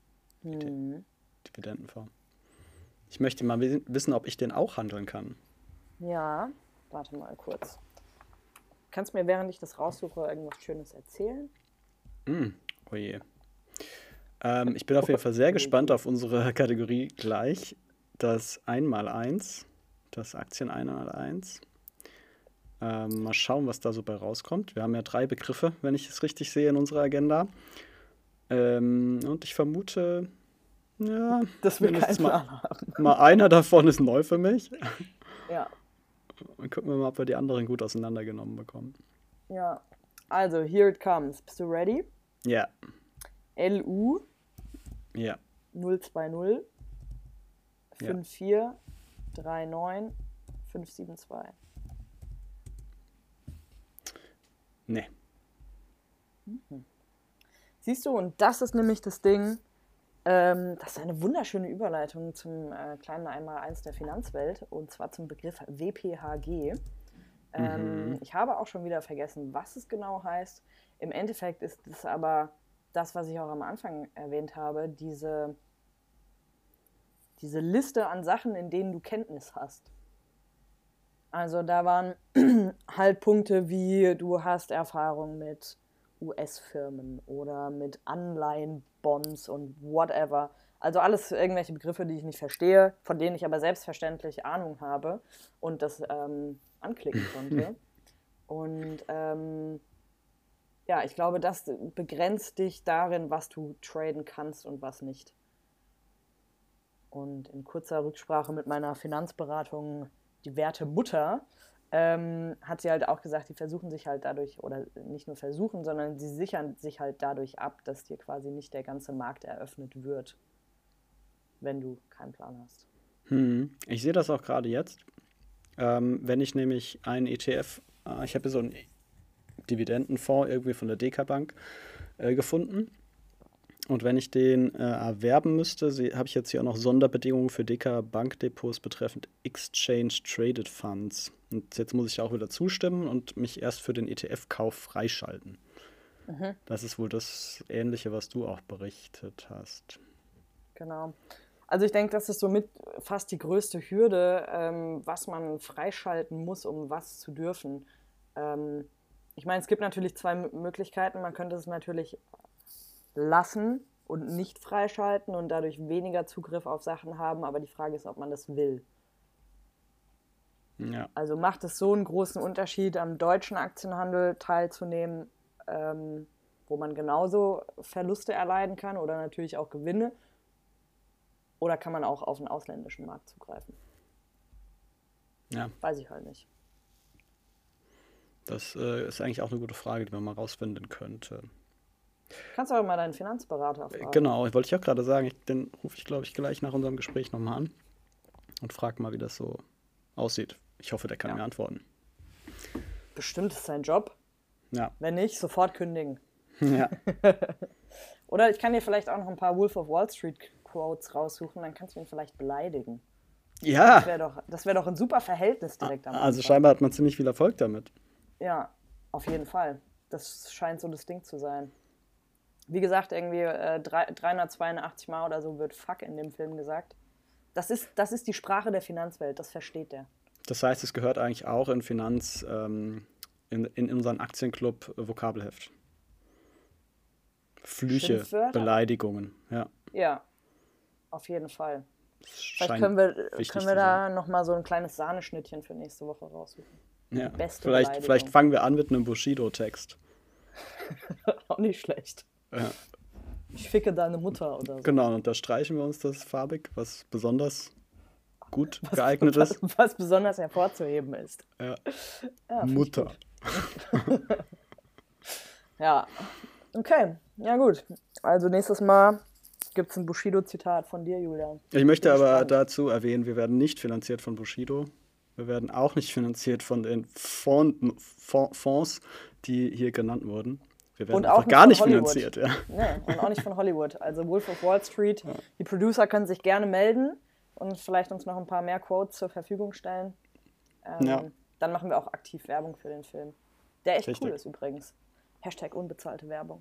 Hm. Dividendenfonds? Ich möchte mal wi- wissen, ob ich den auch handeln kann. Ja, warte mal kurz. Kannst du mir, während ich das raussuche, irgendwas Schönes erzählen? Mm, oh je. Ähm, ich bin auf jeden Fall sehr gespannt auf unsere Kategorie gleich. Das eins mal eins das Aktien hunderteins. Ähm, mal schauen, was da so bei rauskommt. Wir haben ja drei Begriffe, wenn ich es richtig sehe, in unserer Agenda. Ähm, und ich vermute, ja, Dass wir keinen mindestens mal, Plan haben. mal einer davon ist neu für mich. Ja, Und gucken wir mal, ob wir die anderen gut auseinandergenommen bekommen. ja. Also, here it comes. Bist du ready? Ja, L U ja, null zwei null Ja. fünf vier drei neun fünf sieben zwei. ne. Siehst du, und das ist nämlich das Ding, ähm, das ist eine wunderschöne Überleitung zum äh, kleinen Einmaleins der Finanzwelt, und zwar zum Begriff W P H G. Ähm, Mhm. Ich habe auch schon wieder vergessen, was es genau heißt. Im Endeffekt ist es aber das, was ich auch am Anfang erwähnt habe, diese, diese Liste an Sachen, in denen du Kenntnis hast. Also da waren halt Punkte wie, du hast Erfahrung mit U S-Firmen oder mit Anleihen, Bonds und whatever. Also alles irgendwelche Begriffe, die ich nicht verstehe, von denen ich aber selbstverständlich Ahnung habe und das ähm, anklicken konnte. Und ähm, ja, ich glaube, das begrenzt dich darin, was du traden kannst und was nicht. Und in kurzer Rücksprache mit meiner Finanzberatung, die werte Mutter, ähm, hat sie halt auch gesagt, die versuchen sich halt dadurch, oder nicht nur versuchen, sondern sie sichern sich halt dadurch ab, dass dir quasi nicht der ganze Markt eröffnet wird, wenn du keinen Plan hast. Hm. Ich sehe das auch gerade jetzt. Ähm, wenn ich nämlich einen E T F, äh, ich habe hier so einen Dividendenfonds irgendwie von der D K Bank äh, gefunden. Und wenn ich den äh, erwerben müsste, habe ich jetzt hier auch noch Sonderbedingungen für D K Bankdepots betreffend Exchange Traded Funds. Und jetzt muss ich auch wieder zustimmen und mich erst für den E T F-Kauf freischalten. Mhm. Das ist wohl das Ähnliche, was du auch berichtet hast. Genau. Also ich denke, das ist somit fast die größte Hürde, ähm, was man freischalten muss, um was zu dürfen. Ähm, ich meine, es gibt natürlich zwei M- Möglichkeiten. Man könnte es natürlich lassen und nicht freischalten und dadurch weniger Zugriff auf Sachen haben, aber die Frage ist, ob man das will. Ja. Also macht es so einen großen Unterschied, am deutschen Aktienhandel teilzunehmen, ähm, wo man genauso Verluste erleiden kann oder natürlich auch Gewinne, oder kann man auch auf den ausländischen Markt zugreifen? Ja, Weiß ich halt nicht. das äh, ist eigentlich auch eine gute Frage, die man mal rausfinden könnte. Kannst du aber mal deinen Finanzberater Äh, fragen. Genau, wollte ich auch gerade sagen. Ich, den rufe ich, glaube ich, gleich nach unserem Gespräch nochmal an und frage mal, wie das so aussieht. Ich hoffe, der kann Ja. mir antworten. Bestimmt ist sein Job. Ja, Wenn nicht, sofort kündigen. ja, Oder ich kann dir vielleicht auch noch ein paar Wolf of Wall Street Quotes raussuchen, dann kannst du ihn vielleicht beleidigen. Das ja. wäre doch, das wär doch ein super Verhältnis direkt am Also Anfang. scheinbar hat man ziemlich viel Erfolg damit. Ja, auf jeden Fall. Das scheint so das Ding zu sein. Wie gesagt, irgendwie äh, drei- dreihundertzweiundachtzig Mal oder so wird Fuck in dem Film gesagt. Das ist, das ist die Sprache der Finanzwelt, das versteht der. Das heißt, es gehört eigentlich auch in Finanz, ähm, in, in unseren Aktienclub äh, Vokabelheft. Flüche, Schimpfwörter? Beleidigungen, ja. Ja, auf jeden Fall. Das Vielleicht scheint können wir, wichtig können wir zu da nochmal so ein kleines Sahneschnittchen für nächste Woche raussuchen. Ja. beste Vielleicht, Beleidigung. vielleicht fangen wir an mit einem Bushido-Text. Auch nicht schlecht. Ja. Ich ficke deine Mutter oder so. Genau, und da streichen wir uns das farbig, was besonders gut geeignet ist. Was, was besonders hervorzuheben ist. Ja. Ja, find ich Mutter. gut. Ja, okay. Ja gut. Also nächstes Mal gibt es ein Bushido-Zitat von dir, Julian. Ich möchte Bin aber gespannt. dazu erwähnen, wir werden nicht finanziert von Bushido. Wir werden auch nicht finanziert von den Fond, Fond, Fonds, die hier genannt wurden. Wir werden Und auch einfach nicht gar von nicht Hollywood. finanziert. Ja. Nee, und auch nicht von Hollywood. Also Wolf of Wall Street. Die Producer können sich gerne melden und vielleicht uns noch ein paar mehr Quotes zur Verfügung stellen. Ähm, Ja. Dann machen wir auch aktiv Werbung für den Film. Der echt Richtig. cool ist übrigens. Hashtag unbezahlte Werbung.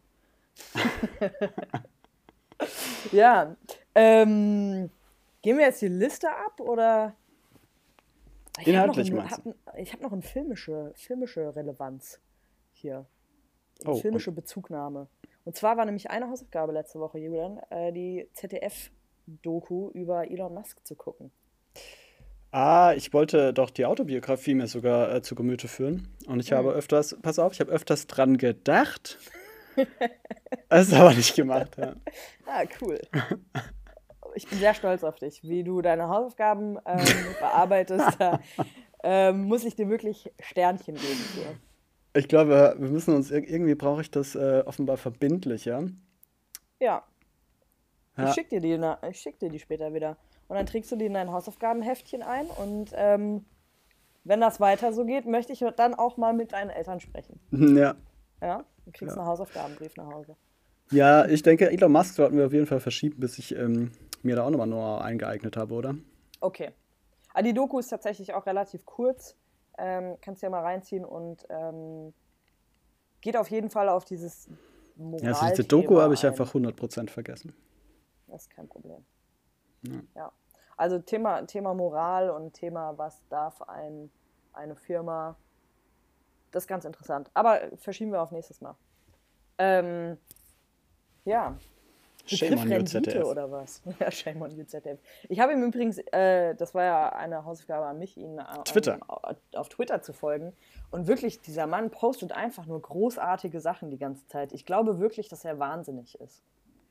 Ja. Ähm, gehen wir jetzt die Liste ab oder? Ich Inhaltlich habe noch, meinst ein, hab, ich hab noch eine filmische, filmische Relevanz hier. Oh, filmische Bezugnahme. Und zwar war nämlich eine Hausaufgabe letzte Woche, Julian, äh, die Z D F-Doku über Elon Musk zu gucken. Ah, ich wollte doch die Autobiografie mir sogar äh, zu Gemüte führen. Und ich habe Hm. öfters, pass auf, ich habe öfters dran gedacht, es aber nicht gemacht. Ja. Ah, cool. Ich bin sehr stolz auf dich, wie du deine Hausaufgaben ähm, bearbeitest. Da ähm, muss ich dir wirklich Sternchen geben für. Ich glaube, wir müssen uns, ir- irgendwie brauche ich das äh, offenbar verbindlich, ja? Ja, ich Ja, schick dir die, na, ich schick dir die später wieder. Und dann trägst du die in dein Hausaufgabenheftchen ein. Und ähm, wenn das weiter so geht, möchte ich dann auch mal mit deinen Eltern sprechen. ja, Ja, du kriegst ja. einen Hausaufgabenbrief nach Hause. Ja, ich denke, Elon Musk sollten wir auf jeden Fall verschieben, bis ich ähm, mir da auch nochmal noch eingeeignet habe, oder? Okay. Aber die Doku ist tatsächlich auch relativ kurz. Ähm, kannst du ja mal reinziehen und ähm, geht auf jeden Fall auf dieses Ja, also diese Doku Moralthema habe ich ein. einfach hundert Prozent vergessen. Das ist kein Problem. Ja. Ja. Also Thema, Thema Moral und Thema, was darf ein, eine Firma, das ist ganz interessant. Aber verschieben wir auf nächstes Mal. Ähm, ja, Shame Begriff on you, Rendite Z D F. oder was? Ja, shame on you, Z D F. Ich habe ihm übrigens, äh, das war ja eine Hausaufgabe an mich, ihn Twitter. ähm, auf Twitter zu folgen. Und wirklich, dieser Mann postet einfach nur großartige Sachen die ganze Zeit. Ich glaube wirklich, dass er wahnsinnig ist.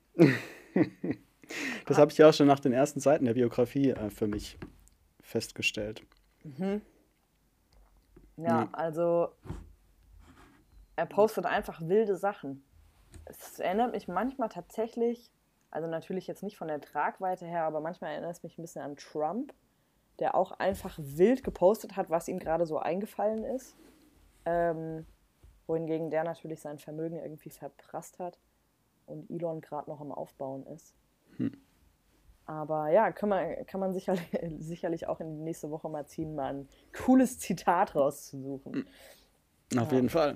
Das habe ich ja auch schon nach den ersten Seiten der Biografie äh, für mich festgestellt. Mhm. Ja, Ja. also er postet einfach wilde Sachen. Es erinnert mich manchmal tatsächlich, also natürlich jetzt nicht von der Tragweite her, aber manchmal erinnert es mich ein bisschen an Trump, der auch einfach wild gepostet hat, was ihm gerade so eingefallen ist. Ähm, wohingegen der natürlich sein Vermögen irgendwie verprasst hat und Elon gerade noch am Aufbauen ist. Aber ja, kann man, kann man sicherlich, sicherlich auch in die nächste Woche mal ziehen, mal ein cooles Zitat rauszusuchen. Auf Ja. jeden Fall.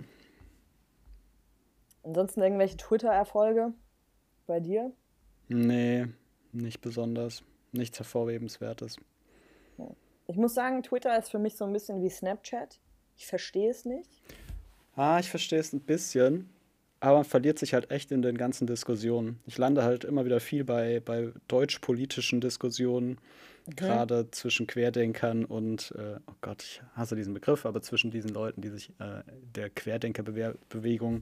Ansonsten irgendwelche Twitter-Erfolge bei dir? Nee, nicht besonders. Nichts Hervorhebenswertes. Ja. Ich muss sagen, Twitter ist für mich so ein bisschen wie Snapchat. Ich verstehe es nicht. Ah, ich verstehe es ein bisschen, aber man verliert sich halt echt in den ganzen Diskussionen. Ich lande halt immer wieder viel bei, bei deutsch-politischen Diskussionen, Mhm. gerade zwischen Querdenkern und, äh, oh Gott, ich hasse diesen Begriff, aber zwischen diesen Leuten, die sich äh, der Querdenkerbewegung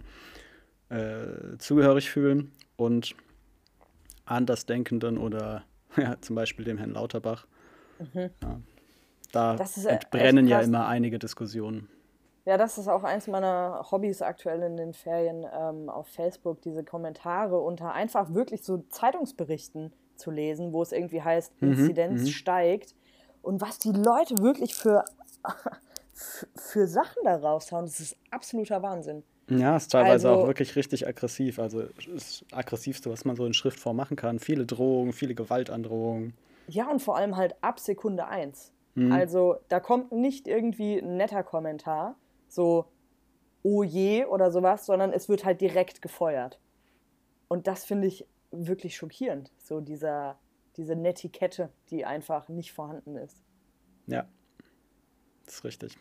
äh, zugehörig fühlen und Andersdenkenden oder ja, zum Beispiel dem Herrn Lauterbach. Mhm. Ja, da Das ist äh, echt entbrennen ja krass. immer einige Diskussionen. Ja, das ist auch eins meiner Hobbys aktuell in den Ferien ähm, auf Facebook, diese Kommentare unter einfach wirklich so Zeitungsberichten zu lesen, wo es irgendwie heißt, Mhm, Inzidenz mhm. steigt und was die Leute wirklich für, für, für Sachen da raushauen, das ist absoluter Wahnsinn. Ja, ist teilweise auch Also, wirklich richtig aggressiv. Also das Aggressivste, was man so in Schriftform machen kann. Viele Drohungen, viele Gewaltandrohungen. ja, und vor allem halt ab Sekunde eins. Mhm. Also, da kommt nicht irgendwie ein netter Kommentar, so, oh je oder sowas, sondern es wird halt direkt gefeuert. Und das finde ich wirklich schockierend, so dieser, diese Netiquette, die einfach nicht vorhanden ist. Ja, das ist richtig.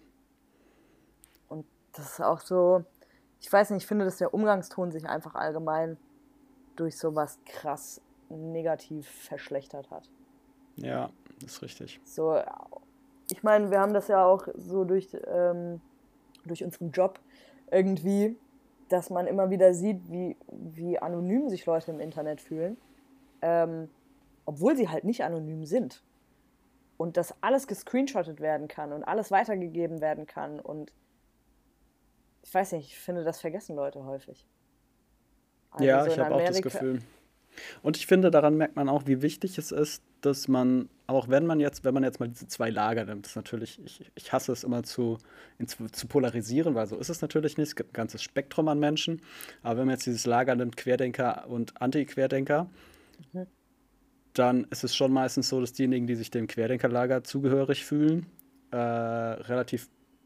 Und das ist auch so, ich weiß nicht, ich finde, dass der Umgangston sich einfach allgemein durch sowas krass negativ verschlechtert hat. Ja, das ist richtig. So, ich meine, wir haben das ja auch so durch, ähm, durch unseren Job irgendwie, dass man immer wieder sieht, wie, wie anonym sich Leute im Internet fühlen, ähm, obwohl sie halt nicht anonym sind. Und dass alles gescreenshottet werden kann und alles weitergegeben werden kann. Und ich weiß nicht, ich finde, das vergessen Leute häufig. Also Ja, so ich in habe auch das Amerika. Gefühl. Und ich finde, daran merkt man auch, wie wichtig es ist, dass man, auch wenn man jetzt, wenn man jetzt mal diese zwei Lager nimmt, ist natürlich, ich, ich hasse es immer zu, in, zu, zu polarisieren, weil so ist es natürlich nicht. Es gibt ein ganzes Spektrum an Menschen. Aber wenn man jetzt dieses Lager nimmt, Querdenker und Anti-Querdenker, Mhm. dann ist es schon meistens so, dass diejenigen, die sich dem Querdenkerlager zugehörig fühlen, äh, relativ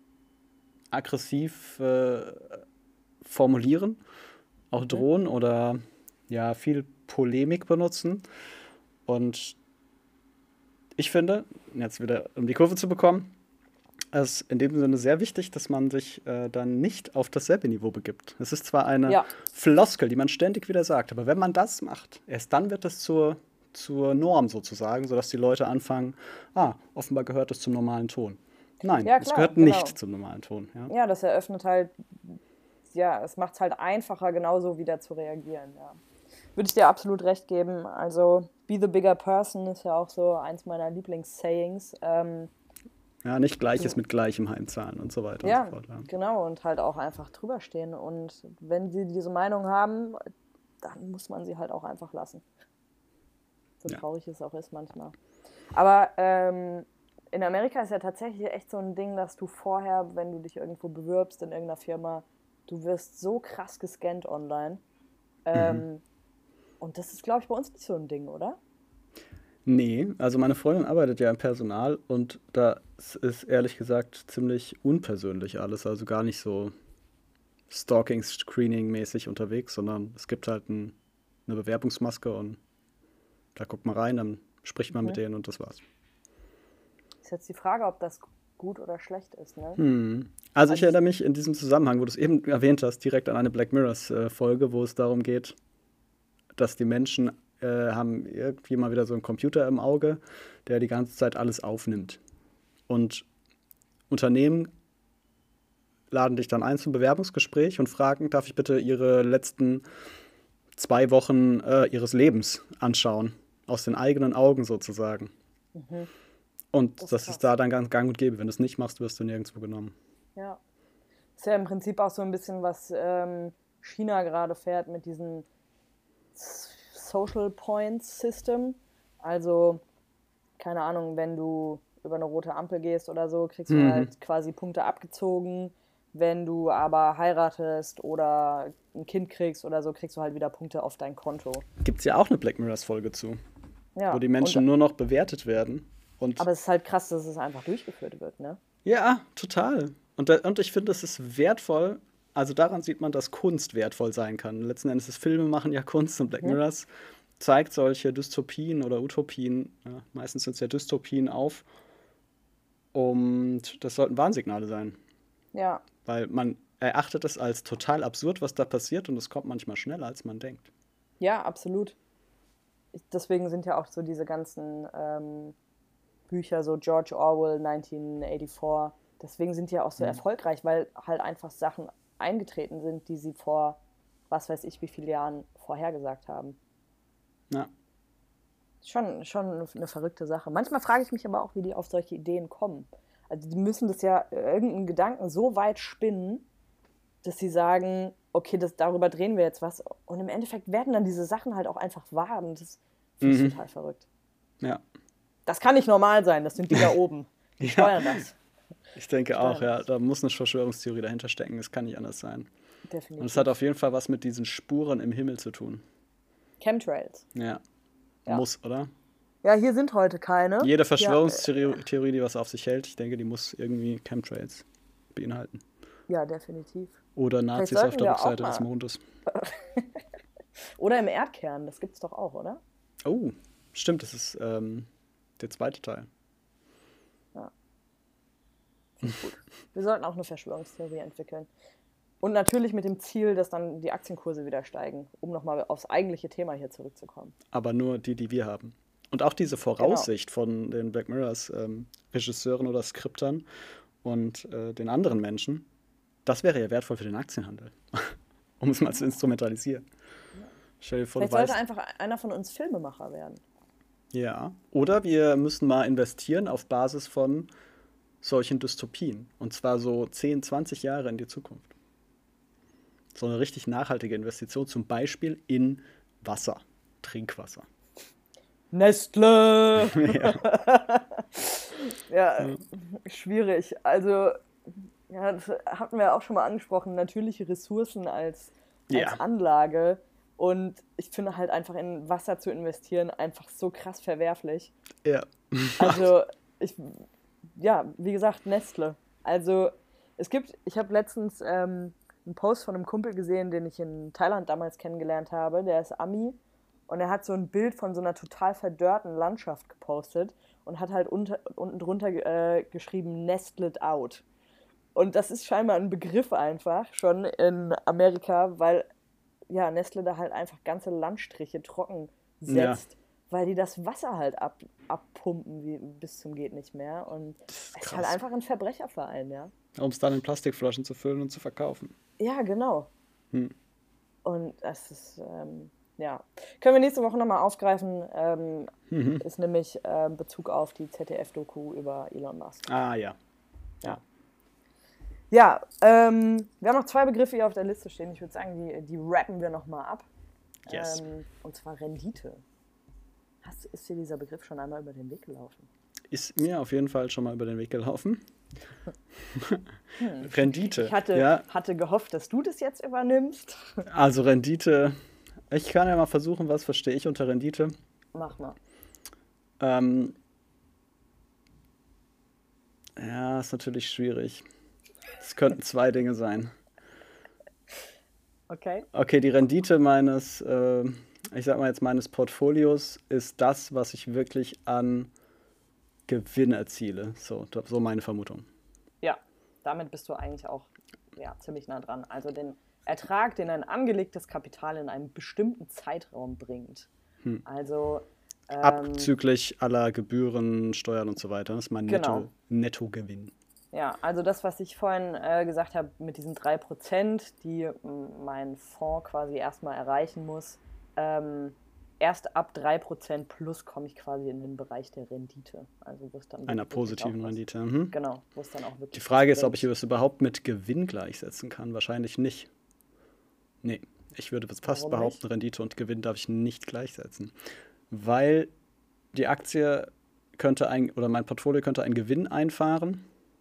aggressiv äh, formulieren, auch Mhm. drohen oder ja, viel Polemik benutzen. Und ich finde, jetzt wieder um die Kurve zu bekommen, es ist in dem Sinne sehr wichtig, dass man sich äh, dann nicht auf dasselbe Niveau begibt. Es ist zwar eine Ja, Floskel, die man ständig wieder sagt, aber wenn man das macht, erst dann wird es zur, zur Norm sozusagen, sodass die Leute anfangen, ah, offenbar gehört es zum normalen Ton. Nein, Ja, es klar, gehört genau. nicht zum normalen Ton. Ja, Ja, das eröffnet halt, ja, es macht es halt einfacher, genauso wieder zu reagieren, ja. Würde ich dir absolut recht geben. Also, be the bigger person ist ja auch so eins meiner Lieblings-Sayings. Ähm, ja nicht Gleiches du, mit Gleichem heimzahlen und so weiter und so ja, fort. Ja. genau, und halt auch einfach drüber stehen. Und wenn sie diese Meinung haben, dann muss man sie halt auch einfach lassen. So Ja. traurig es auch ist manchmal. Aber ähm, in Amerika ist ja tatsächlich echt so ein Ding, dass du vorher, wenn du dich irgendwo bewirbst in irgendeiner Firma, du wirst so krass gescannt online. Ähm, und das ist, glaube ich, bei uns nicht so ein Ding, oder? Nee, also meine Freundin arbeitet ja im Personal und da ist ehrlich gesagt ziemlich unpersönlich alles, also gar nicht so Stalking-Screening-mäßig unterwegs, sondern es gibt halt ein, eine Bewerbungsmaske und da guckt man rein, dann spricht man mit Mhm. denen und das war's. Ist jetzt die Frage, ob das gut oder schlecht ist, ne? Hm. Also ich Also, erinnere mich in diesem Zusammenhang, wo du es eben erwähnt hast, direkt an eine Black Mirrors-Folge, wo es darum geht, dass die Menschen äh, haben irgendwie mal wieder so einen Computer im Auge, der die ganze Zeit alles aufnimmt. Und Unternehmen laden dich dann ein zum Bewerbungsgespräch und fragen, darf ich bitte Ihre letzten zwei Wochen äh, Ihres Lebens anschauen, aus den eigenen Augen sozusagen. mhm, Und das ist das ist krass. da dann gang, gang und gäbe. Wenn du es nicht machst, wirst du nirgendwo genommen. Ja. Ist ja im Prinzip auch so ein bisschen, was ähm, China gerade fährt mit diesem Social Points System. Also, keine Ahnung, wenn du über eine rote Ampel gehst oder so, kriegst du Mhm. halt quasi Punkte abgezogen. Wenn du aber heiratest oder ein Kind kriegst oder so, kriegst du halt wieder Punkte auf dein Konto. Gibt es ja auch eine Black Mirrors-Folge zu, wo Ja, die und Menschen nur noch bewertet werden. Und aber es ist halt krass, dass es einfach durchgeführt wird, ne? ja, total. Und, da, und ich finde, es ist wertvoll. Also daran sieht man, dass Kunst wertvoll sein kann. Letzten Endes ist Filme machen ja Kunst und Black Mhm. Mirrors zeigt solche Dystopien oder Utopien, ja, meistens sind es ja Dystopien auf. Und das sollten Warnsignale sein. Ja, Weil man erachtet es als total absurd, was da passiert und es kommt manchmal schneller, als man denkt. ja, absolut. Ich, deswegen sind ja auch so diese ganzen ähm, Bücher, so George Orwell neunzehnhundertvierundachtzig, deswegen sind die ja auch so Mhm. erfolgreich, weil halt einfach Sachen eingetreten sind, die sie vor, was weiß ich, wie viele Jahren vorhergesagt haben. Ja. Schon, schon eine, eine verrückte Sache. Manchmal frage ich mich aber auch, wie die auf solche Ideen kommen. Also die müssen das ja äh, irgendeinen Gedanken so weit spinnen, dass sie sagen, okay, das, darüber drehen wir jetzt was. Und im Endeffekt werden dann diese Sachen halt auch einfach wahr. Und das finde ich Mhm. total verrückt. Ja. Das kann nicht normal sein, das sind die da oben. Die Ja, steuern das. ich denke auch, Steuern ja, das. da muss eine Verschwörungstheorie dahinter stecken. Das kann nicht anders sein. Und es hat Definitiv. auf jeden Fall was mit diesen Spuren im Himmel zu tun. Chemtrails. Ja, Ja. muss, oder? Ja, hier sind heute keine. Jede Ja, äh, Verschwörungstheorie, Theorie, die was auf sich hält, ich denke, die muss irgendwie Chemtrails beinhalten. ja, definitiv. Oder Vielleicht Nazis auf sollten der wir auch Rückseite des mal. Mondes. Oder im Erdkern, das gibt's doch auch, oder? Oh, stimmt, das ist ähm, der zweite Teil. Ja, finde ich gut. Wir sollten auch eine Verschwörungstheorie entwickeln. Und natürlich mit dem Ziel, dass dann die Aktienkurse wieder steigen, um nochmal aufs eigentliche Thema hier zurückzukommen. Aber nur die, die wir haben. Und auch diese Genau. Voraussicht von den Black Mirrors ähm, Regisseuren oder Skriptern und äh, den anderen Menschen, das wäre ja wertvoll für den Aktienhandel. Um es mal zu instrumentalisieren. Stell dir vor, du Vielleicht sollte weißt, einfach einer von uns Filmemacher werden. ja. Oder wir müssen mal investieren auf Basis von solchen Dystopien. Und zwar so zehn, zwanzig Jahre in die Zukunft. So eine richtig nachhaltige Investition, zum Beispiel in Wasser, Trinkwasser. Nestle! Ja. Ja, schwierig. Also, ja, das hatten wir auch schon mal angesprochen, natürliche Ressourcen als, als Ja. Anlage. Und ich finde halt einfach in Wasser zu investieren einfach so krass verwerflich. Ja. Also, ich, ja, wie gesagt, Nestle. Also, es gibt, ich habe letztens ähm, einen Post von einem Kumpel gesehen, den ich in Thailand damals kennengelernt habe. Der ist Ami und er hat so ein Bild von so einer total verdörrten Landschaft gepostet und hat halt unter, unten drunter äh, geschrieben, Nestled out. Und das ist scheinbar ein Begriff einfach, schon in Amerika, weil ja, Nestle da halt einfach ganze Landstriche trocken Ja. setzt, weil die das Wasser halt ab, abpumpen wie, bis zum geht nicht mehr. Und es ist halt Krass. einfach ein Verbrecherverein, ja. Um es dann in Plastikflaschen zu füllen und zu verkaufen. Ja, genau. Hm. Und das ist, ähm, ja. Können wir nächste Woche nochmal aufgreifen, ähm, Mhm. ist nämlich äh, Bezug auf die Z D F-Doku über Elon Musk. Ah, ja. Ja. Ja, ähm, wir haben noch zwei Begriffe hier auf der Liste stehen. Ich würde sagen, die, die rappen wir nochmal ab. Yes. Ähm, und zwar Rendite. Hast, ist dir dieser Begriff schon einmal über den Weg gelaufen? Ist mir auf jeden Fall schon mal über den Weg gelaufen. Hm. Rendite. Ich hatte, ja. hatte gehofft, dass du das jetzt übernimmst. Also Rendite. Ich kann ja mal versuchen, was verstehe ich unter Rendite. Mach mal. Ähm, ja, ist natürlich schwierig. Es könnten zwei Dinge sein. Okay. Okay, die Rendite meines, äh, ich sag mal jetzt meines Portfolios ist das, was ich wirklich an Gewinn erziele. So, so meine Vermutung. Ja, damit bist du eigentlich auch ja, ziemlich nah dran. Also den Ertrag, den ein angelegtes Kapital in einem bestimmten Zeitraum bringt. Hm. Also ähm, abzüglich aller Gebühren, Steuern und so weiter. Das ist mein genau. Netto, Nettogewinn. Ja, also das, was ich vorhin äh, gesagt habe, mit diesen drei Prozent, die m, mein Fonds quasi erstmal erreichen muss, ähm, erst ab drei Prozent plus komme ich quasi in den Bereich der Rendite. Also wo es dann einer positiven Rendite. Mhm. Genau, wo es dann auch wirklich. Die Frage ist, ob ich es überhaupt mit Gewinn gleichsetzen kann. Wahrscheinlich nicht. Nee, ich würde fast Warum behaupten, nicht? Rendite und Gewinn darf ich nicht gleichsetzen. Weil die Aktie könnte ein, oder mein Portfolio könnte einen Gewinn einfahren.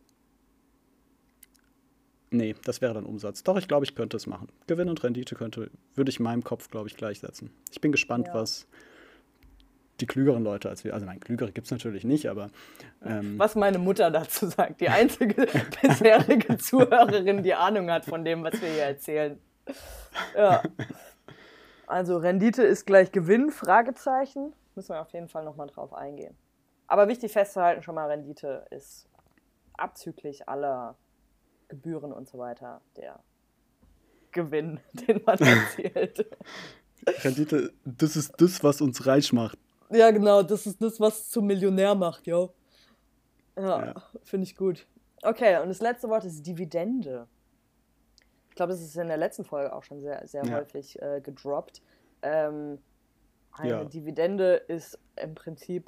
Nee, das wäre dann Umsatz. Doch, ich glaube, ich könnte es machen. Gewinn und Rendite könnte, würde ich in meinem Kopf, glaube ich, gleichsetzen. Ich bin gespannt, Ja. was die klügeren Leute als wir, also nein, klügere gibt es natürlich nicht, aber ähm, was meine Mutter dazu sagt, die einzige bisherige Zuhörerin, die Ahnung hat von dem, was wir hier erzählen. Ja. Also Rendite ist gleich Gewinn, Fragezeichen. Müssen wir auf jeden Fall nochmal drauf eingehen. Aber wichtig festzuhalten schon mal, Rendite ist abzüglich aller Gebühren und so weiter der Gewinn, den man erzielt. Rendite, das ist das, was uns reich macht. Ja, genau, das ist das, was zum Millionär macht, jo. Ja, ja. Finde ich gut. Okay, und das letzte Wort ist Dividende. Ich glaube, das ist in der letzten Folge auch schon sehr, sehr ja. häufig äh, gedroppt. Ähm, eine ja. Dividende ist im Prinzip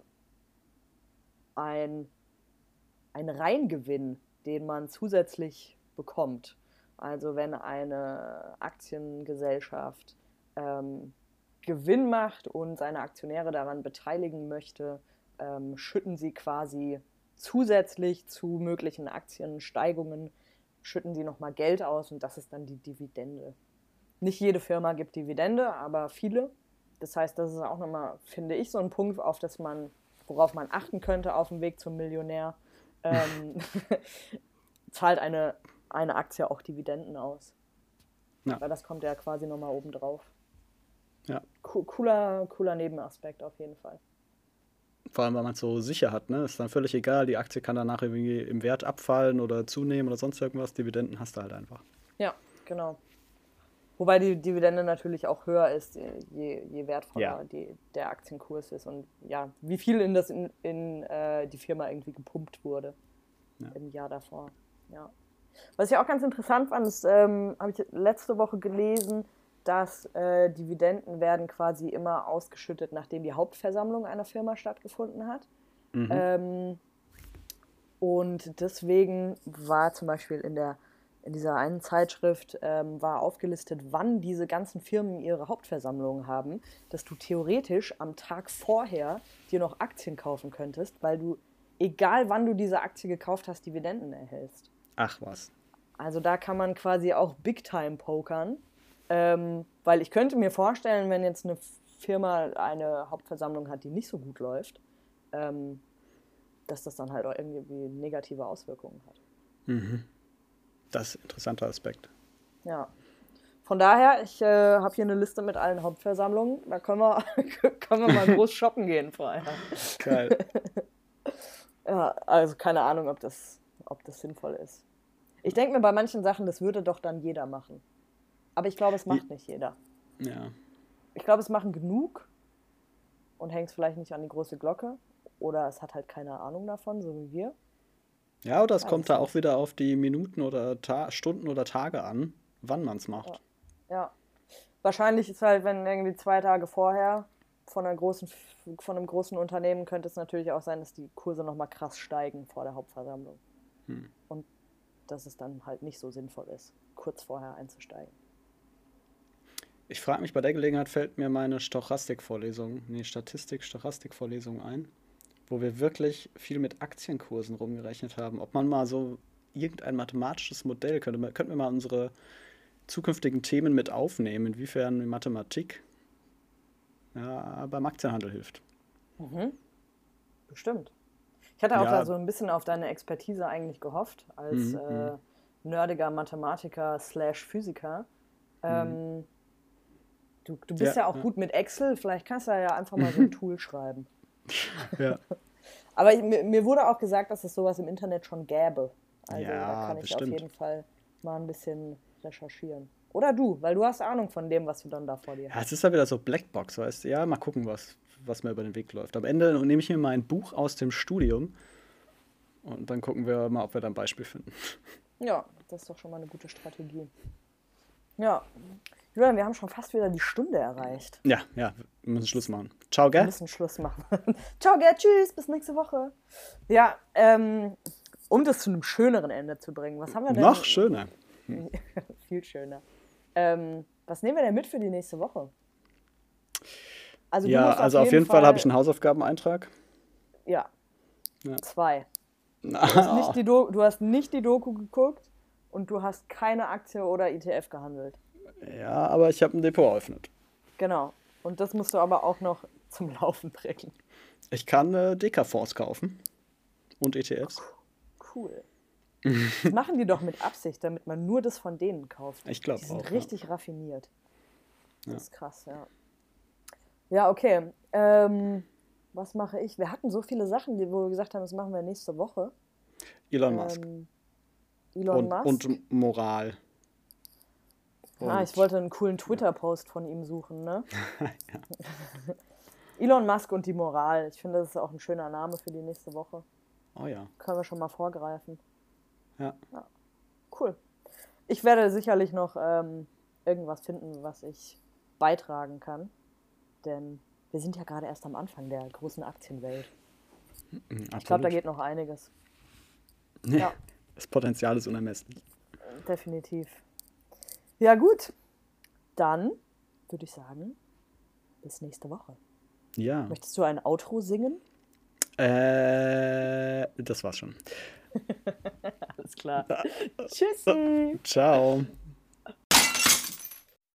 ein, ein Reingewinn, den man zusätzlich bekommt. Also wenn eine Aktiengesellschaft ähm, Gewinn macht und seine Aktionäre daran beteiligen möchte, ähm, schütten sie quasi zusätzlich zu möglichen Aktiensteigungen, schütten sie nochmal Geld aus und das ist dann die Dividende. Nicht jede Firma gibt Dividende, aber viele. Das heißt, das ist auch nochmal, finde ich, so ein Punkt, auf das man, worauf man achten könnte auf dem Weg zum Millionär. Ähm, zahlt eine, eine Aktie auch Dividenden aus. Ja. Weil das kommt ja quasi nochmal oben drauf. Ja. Co- cooler, cooler Nebenaspekt auf jeden Fall. Vor allem, weil man es so sicher hat, ne? Ist dann völlig egal, die Aktie kann danach irgendwie im Wert abfallen oder zunehmen oder sonst irgendwas. Dividenden hast du halt einfach. Ja, genau. Wobei die Dividende natürlich auch höher ist, je, je wertvoller ja. die, der Aktienkurs ist und ja, wie viel in, das, in, in äh, die Firma irgendwie gepumpt wurde ja. im Jahr davor. Ja. Was ich auch ganz interessant fand, ist, ähm, habe ich letzte Woche gelesen, dass äh, Dividenden werden quasi immer ausgeschüttet, nachdem die Hauptversammlung einer Firma stattgefunden hat. Mhm. Ähm, und deswegen war zum Beispiel in der in dieser einen Zeitschrift ähm, war aufgelistet, wann diese ganzen Firmen ihre Hauptversammlungen haben, dass du theoretisch am Tag vorher dir noch Aktien kaufen könntest, weil du, egal wann du diese Aktie gekauft hast, Dividenden erhältst. Ach was. Also da kann man quasi auch Big-Time pokern, ähm, weil ich könnte mir vorstellen, wenn jetzt eine Firma eine Hauptversammlung hat, die nicht so gut läuft, ähm, dass das dann halt auch irgendwie negative Auswirkungen hat. Mhm. Das ist ein interessanter Aspekt. Ja. Von daher, ich äh, habe hier eine Liste mit allen Hauptversammlungen. Da können wir, können wir mal groß shoppen gehen vorher. Geil. Ja, also keine Ahnung, ob das, ob das sinnvoll ist. Ich denke mir bei manchen Sachen, das würde doch dann jeder machen. Aber ich glaube, es macht nicht jeder. Ja. Ich glaube, es machen genug. und hängst vielleicht nicht an die große Glocke. Oder es hat halt keine Ahnung davon, so wie wir. Ja, oder es Ja, kommt das da auch ist, wieder auf die Minuten oder Ta Stunden oder Tage an, wann man es ja. macht. Ja. Wahrscheinlich ist halt, wenn irgendwie zwei Tage vorher von einer großen, von einem großen Unternehmen, könnte es natürlich auch sein, dass die Kurse nochmal krass steigen vor der Hauptversammlung. Hm. Und dass es dann halt nicht so sinnvoll ist, kurz vorher einzusteigen. Ich frage mich, bei der Gelegenheit fällt mir meine Stochastik-Vorlesung, nee, Statistik-Stochastik-Vorlesung ein, wo wir wirklich viel mit Aktienkursen rumgerechnet haben. Ob man mal so irgendein mathematisches Modell könnte, man- könnten wir mal unsere zukünftigen Themen mit aufnehmen, inwiefern Mathematik ja, beim Aktienhandel hilft. Mhm. Bestimmt. Ich hatte auch da Ja, so ein bisschen auf deine Expertise eigentlich gehofft, als mhm, mhm, äh, nerdiger Mathematiker slash Physiker. mhm. Ähm, du, du bist Ja, ja auch ja, gut mit Excel, vielleicht kannst du ja einfach mal so ein Tool schreiben. ja. Aber ich, mir, mir wurde auch gesagt, dass es sowas im Internet schon gäbe. Also da Ja, kann ich auf bestimmt. jeden Fall mal ein bisschen recherchieren. Oder du, weil du hast Ahnung von dem, was du dann da vor dir Ja, es hast. ist ja wieder so Blackbox, weißt du? Ja, mal gucken, was, was mir über den Weg läuft. Am Ende nehme ich mir mal ein Buch aus dem Studium und dann gucken wir mal, ob wir da ein Beispiel finden. Ja, das ist doch schon mal eine gute Strategie. Ja, Julian, wir haben schon fast wieder die Stunde erreicht. Ja, ja, wir müssen Schluss machen. Ciao, Wir gell? müssen Schluss machen. Ciao, Gerd, tschüss, bis nächste Woche. Ja, ähm, um das zu einem schöneren Ende zu bringen, was haben wir Noch denn? schöner. Viel schöner. Ähm, was nehmen wir denn mit für die nächste Woche? Also du Ja, musst auf also auf jeden jeden Fall habe ich Fall, einen Hausaufgabeneintrag. ja, Ja. zwei. Du hast nicht die, Do du hast nicht die Doku geguckt und du hast keine Aktie oder E T F gehandelt. Ja, aber ich habe ein Depot eröffnet. Genau. Und das musst du aber auch noch zum Laufen bringen. Ich kann äh, Deka-Fonds kaufen und E T Fs. Cool. Das machen die doch mit Absicht, damit man nur das von denen kauft. Ich glaube Die sind auch, ja. richtig raffiniert. Das Ja. ist krass, ja. Ja, okay. Ähm, was mache ich? Wir hatten so viele Sachen, die, wo wir gesagt haben, das machen wir nächste Woche. Elon Musk. Ähm, Elon Und, Musk. und Moral. Ah, ich Und wollte einen coolen Twitter-Post von ihm suchen, ne? Elon Musk und die Moral. Ich finde, das ist auch ein schöner Name für die nächste Woche. oh ja. Können wir schon mal vorgreifen. Ja. Cool. Ich werde sicherlich noch ähm, irgendwas finden, was ich beitragen kann. Denn wir sind ja gerade erst am Anfang der großen Aktienwelt. Mhm, Ich glaube, da absolut. geht noch einiges. Nee, Ja, das Potenzial ist unermesslich. definitiv. Ja, gut. Dann würde ich sagen, bis nächste Woche. Ja. Möchtest du ein Outro singen? Äh, das war's schon. Alles klar. Tschüssi. Ciao.